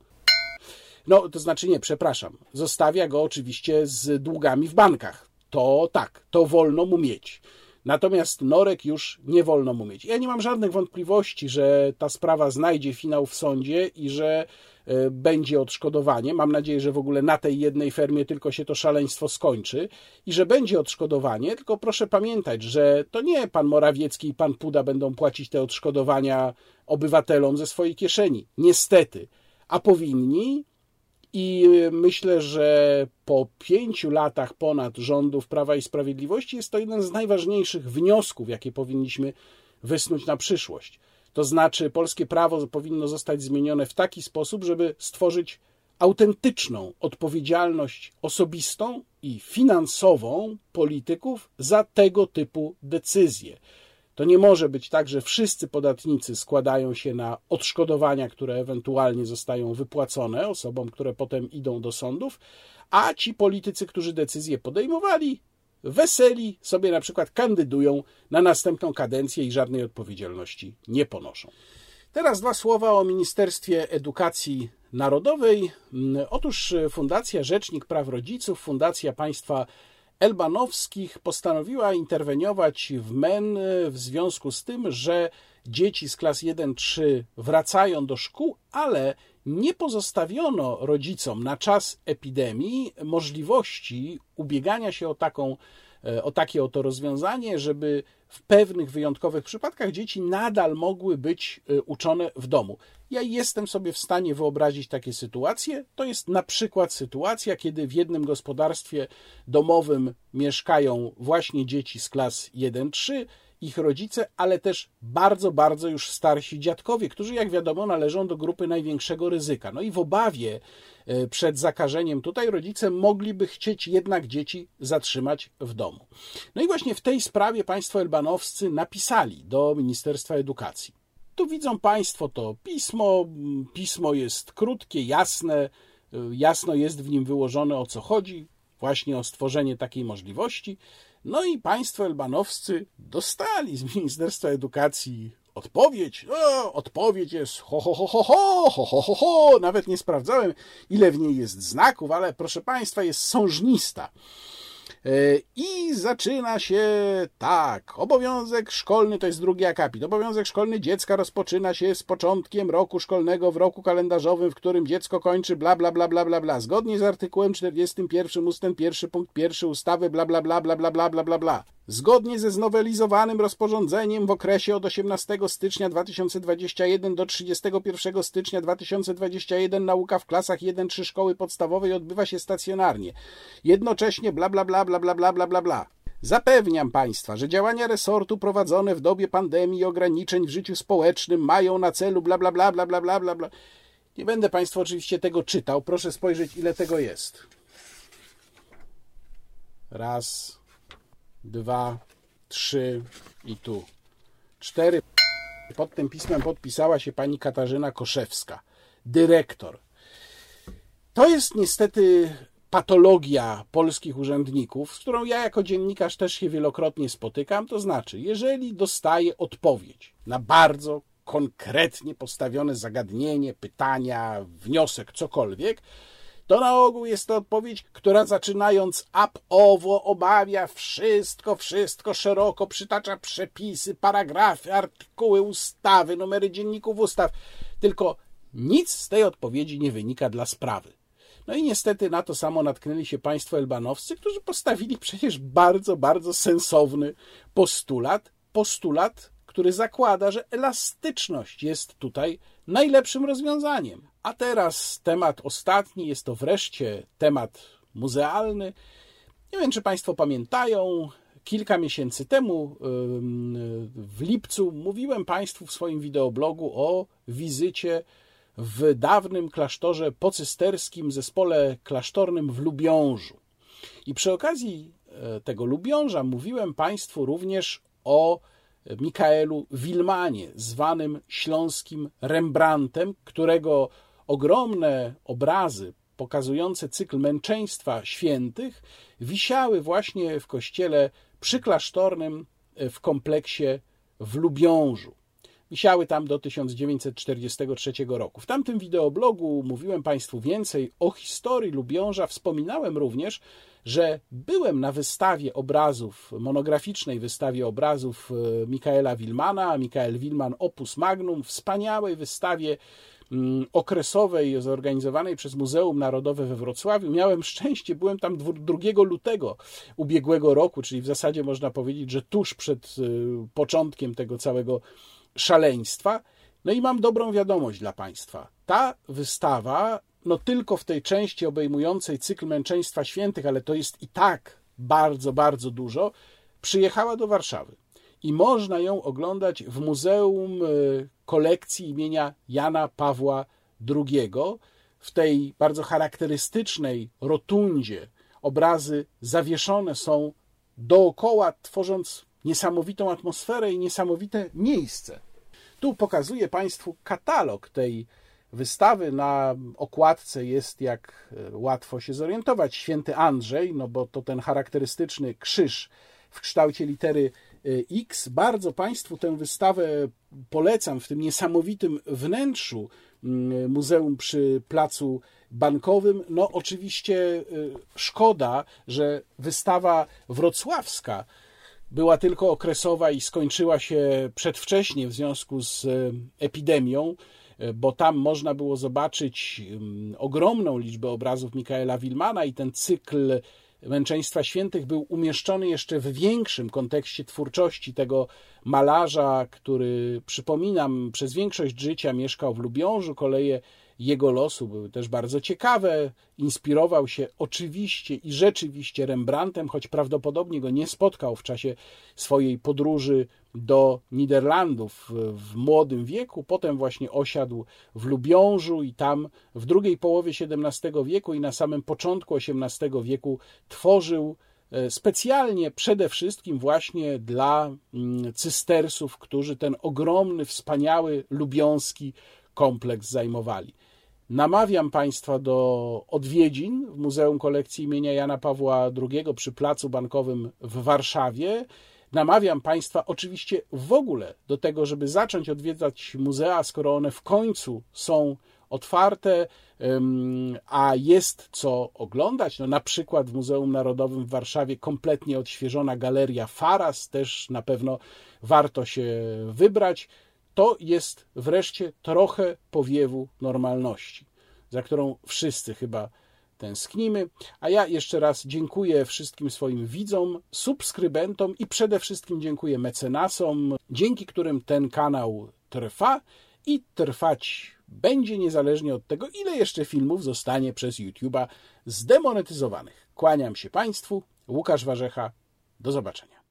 Speaker 1: No, to znaczy nie, przepraszam. Zostawia go oczywiście z długami w bankach. To tak, to wolno mu mieć. Natomiast norek już nie wolno mu mieć. Ja nie mam żadnych wątpliwości, że ta sprawa znajdzie finał w sądzie i że będzie odszkodowanie. Mam nadzieję, że w ogóle na tej jednej fermie tylko się to szaleństwo skończy i że będzie odszkodowanie, tylko proszę pamiętać, że to nie pan Morawiecki i pan Puda będą płacić te odszkodowania obywatelom ze swojej kieszeni. Niestety. A powinni. I myślę, że po pięciu latach ponad rządów Prawa i Sprawiedliwości jest to jeden z najważniejszych wniosków, jakie powinniśmy wysnuć na przyszłość. To znaczy, polskie prawo powinno zostać zmienione w taki sposób, żeby stworzyć autentyczną odpowiedzialność osobistą i finansową polityków za tego typu decyzje. To nie może być tak, że wszyscy podatnicy składają się na odszkodowania, które ewentualnie zostają wypłacone osobom, które potem idą do sądów, a ci politycy, którzy decyzje podejmowali, weseli sobie na przykład kandydują na następną kadencję i żadnej odpowiedzialności nie ponoszą. Teraz dwa słowa o Ministerstwie Edukacji Narodowej. Otóż Fundacja Rzecznik Praw Rodziców, Fundacja Państwa Elbanowskich postanowiła interweniować w M E N w związku z tym, że dzieci z klas jeden trzy wracają do szkół, ale nie pozostawiono rodzicom na czas epidemii możliwości ubiegania się o, taką, o takie oto rozwiązanie, żeby w pewnych wyjątkowych przypadkach dzieci nadal mogły być uczone w domu. Ja jestem sobie w stanie wyobrazić takie sytuacje. To jest na przykład sytuacja, kiedy w jednym gospodarstwie domowym mieszkają właśnie dzieci z klas jeden trzy, ich rodzice, ale też bardzo, bardzo już starsi dziadkowie, którzy, jak wiadomo, należą do grupy największego ryzyka. No i w obawie przed zakażeniem tutaj rodzice mogliby chcieć jednak dzieci zatrzymać w domu. No i właśnie w tej sprawie państwo elbanowscy napisali do Ministerstwa Edukacji. Tu widzą państwo to pismo. Pismo jest krótkie, jasne. Jasno jest w nim wyłożone, o co chodzi. Właśnie o stworzenie takiej możliwości. No i państwo elbanowscy dostali z Ministerstwa Edukacji odpowiedź. O, odpowiedź jest ho, ho, ho, ho, ho, ho, ho, ho, ho. Nawet nie sprawdzałem, ile w niej jest znaków, ale proszę państwa, jest sążnista. I zaczyna się tak. Obowiązek szkolny, to jest drugi akapit. Obowiązek szkolny dziecka rozpoczyna się z początkiem roku szkolnego w roku kalendarzowym, w którym dziecko kończy bla bla bla bla bla bla. Zgodnie z artykułem czterdziestym pierwszym ustęp pierwszy punkt pierwszy ustawy bla bla bla bla bla bla bla bla bla. Zgodnie ze znowelizowanym rozporządzeniem w okresie od osiemnastego stycznia dwa tysiące dwudziestego pierwszego do trzydziestego pierwszego stycznia dwa tysiące dwudziestego pierwszego nauka w klasach jeden trzy szkoły podstawowej odbywa się stacjonarnie. Jednocześnie bla bla bla bla bla bla bla bla bla. Zapewniam państwa, że działania resortu prowadzone w dobie pandemii i ograniczeń w życiu społecznym mają na celu bla bla bla bla bla bla bla bla. Nie będę państwu oczywiście tego czytał. Proszę spojrzeć, ile tego jest. Raz, dwa, trzy i tu cztery. Pod tym pismem podpisała się pani Katarzyna Koszewska, dyrektor. To jest niestety patologia polskich urzędników, z którą ja jako dziennikarz też się wielokrotnie spotykam, to znaczy, jeżeli dostaję odpowiedź na bardzo konkretnie postawione zagadnienie, pytania, wniosek, cokolwiek, to na ogół jest to odpowiedź, która zaczynając ab owo omawia wszystko, wszystko szeroko, przytacza przepisy, paragrafy, artykuły, ustawy, numery dzienników ustaw. Tylko nic z tej odpowiedzi nie wynika dla sprawy. No i niestety na to samo natknęli się państwo elbanowscy, którzy postawili przecież bardzo, bardzo sensowny postulat, postulat, który zakłada, że elastyczność jest tutaj najlepszym rozwiązaniem. A teraz temat ostatni, jest to wreszcie temat muzealny. Nie wiem, czy państwo pamiętają, kilka miesięcy temu, w lipcu, mówiłem państwu w swoim wideoblogu o wizycie w dawnym klasztorze pocysterskim, zespole klasztornym w Lubiążu. I przy okazji tego Lubiąża mówiłem państwu również o Mikaelu Wilmanie, zwanym śląskim Rembrandtem, którego ogromne obrazy pokazujące cykl męczeństwa świętych wisiały właśnie w kościele przyklasztornym w kompleksie w Lubiążu. Wisiały tam do tysiąc dziewięćset czterdziestego trzeciego roku. W tamtym wideoblogu mówiłem państwu więcej o historii Lubiąża. Wspominałem również, że byłem na wystawie obrazów, monograficznej wystawie obrazów Mikaela Wilmana, Mikael Wilman Opus Magnum, wspaniałej wystawie okresowej zorganizowanej przez Muzeum Narodowe we Wrocławiu. Miałem szczęście, byłem tam drugiego lutego ubiegłego roku, czyli w zasadzie można powiedzieć, że tuż przed początkiem tego całego szaleństwa. No i mam dobrą wiadomość dla państwa. Ta wystawa, no tylko w tej części obejmującej cykl męczeństwa świętych, ale to jest i tak bardzo, bardzo dużo, przyjechała do Warszawy. I można ją oglądać w Muzeum Kolekcji imienia Jana Pawła drugiego. W tej bardzo charakterystycznej rotundzie obrazy zawieszone są dookoła, tworząc niesamowitą atmosferę i niesamowite miejsce. Tu pokazuję państwu katalog tej wystawy. Na okładce jest, jak łatwo się zorientować, Święty Andrzej, no bo to ten charakterystyczny krzyż w kształcie litery X. Bardzo państwu tę wystawę polecam w tym niesamowitym wnętrzu muzeum przy Placu Bankowym. No oczywiście szkoda, że wystawa wrocławska była tylko okresowa i skończyła się przedwcześnie w związku z epidemią, bo tam można było zobaczyć ogromną liczbę obrazów Mikaela Wilmana i ten cykl Męczeństwa Świętych był umieszczony jeszcze w większym kontekście twórczości tego malarza, który, przypominam, przez większość życia mieszkał w Lubiążu. Koleje jego losu były też bardzo ciekawe. Inspirował się oczywiście i rzeczywiście Rembrandtem, choć prawdopodobnie go nie spotkał w czasie swojej podróży do Niderlandów w młodym wieku. Potem właśnie osiadł w Lubiążu i tam w drugiej połowie siedemnastego wieku i na samym początku osiemnastego wieku tworzył specjalnie przede wszystkim właśnie dla cystersów, którzy ten ogromny, wspaniały lubiąski kompleks zajmowali. Namawiam państwa do odwiedzin w Muzeum Kolekcji imienia Jana Pawła drugiego przy Placu Bankowym w Warszawie. Namawiam państwa oczywiście w ogóle do tego, żeby zacząć odwiedzać muzea, skoro one w końcu są otwarte, a jest co oglądać. No, na przykład w Muzeum Narodowym w Warszawie kompletnie odświeżona galeria Faras, też na pewno warto się wybrać. To jest wreszcie trochę powiewu normalności, za którą wszyscy chyba tęsknimy. A ja jeszcze raz dziękuję wszystkim swoim widzom, subskrybentom i przede wszystkim dziękuję mecenasom, dzięki którym ten kanał trwa i trwać będzie niezależnie od tego, ile jeszcze filmów zostanie przez YouTube'a zdemonetyzowanych. Kłaniam się państwu, Łukasz Warzecha, do zobaczenia.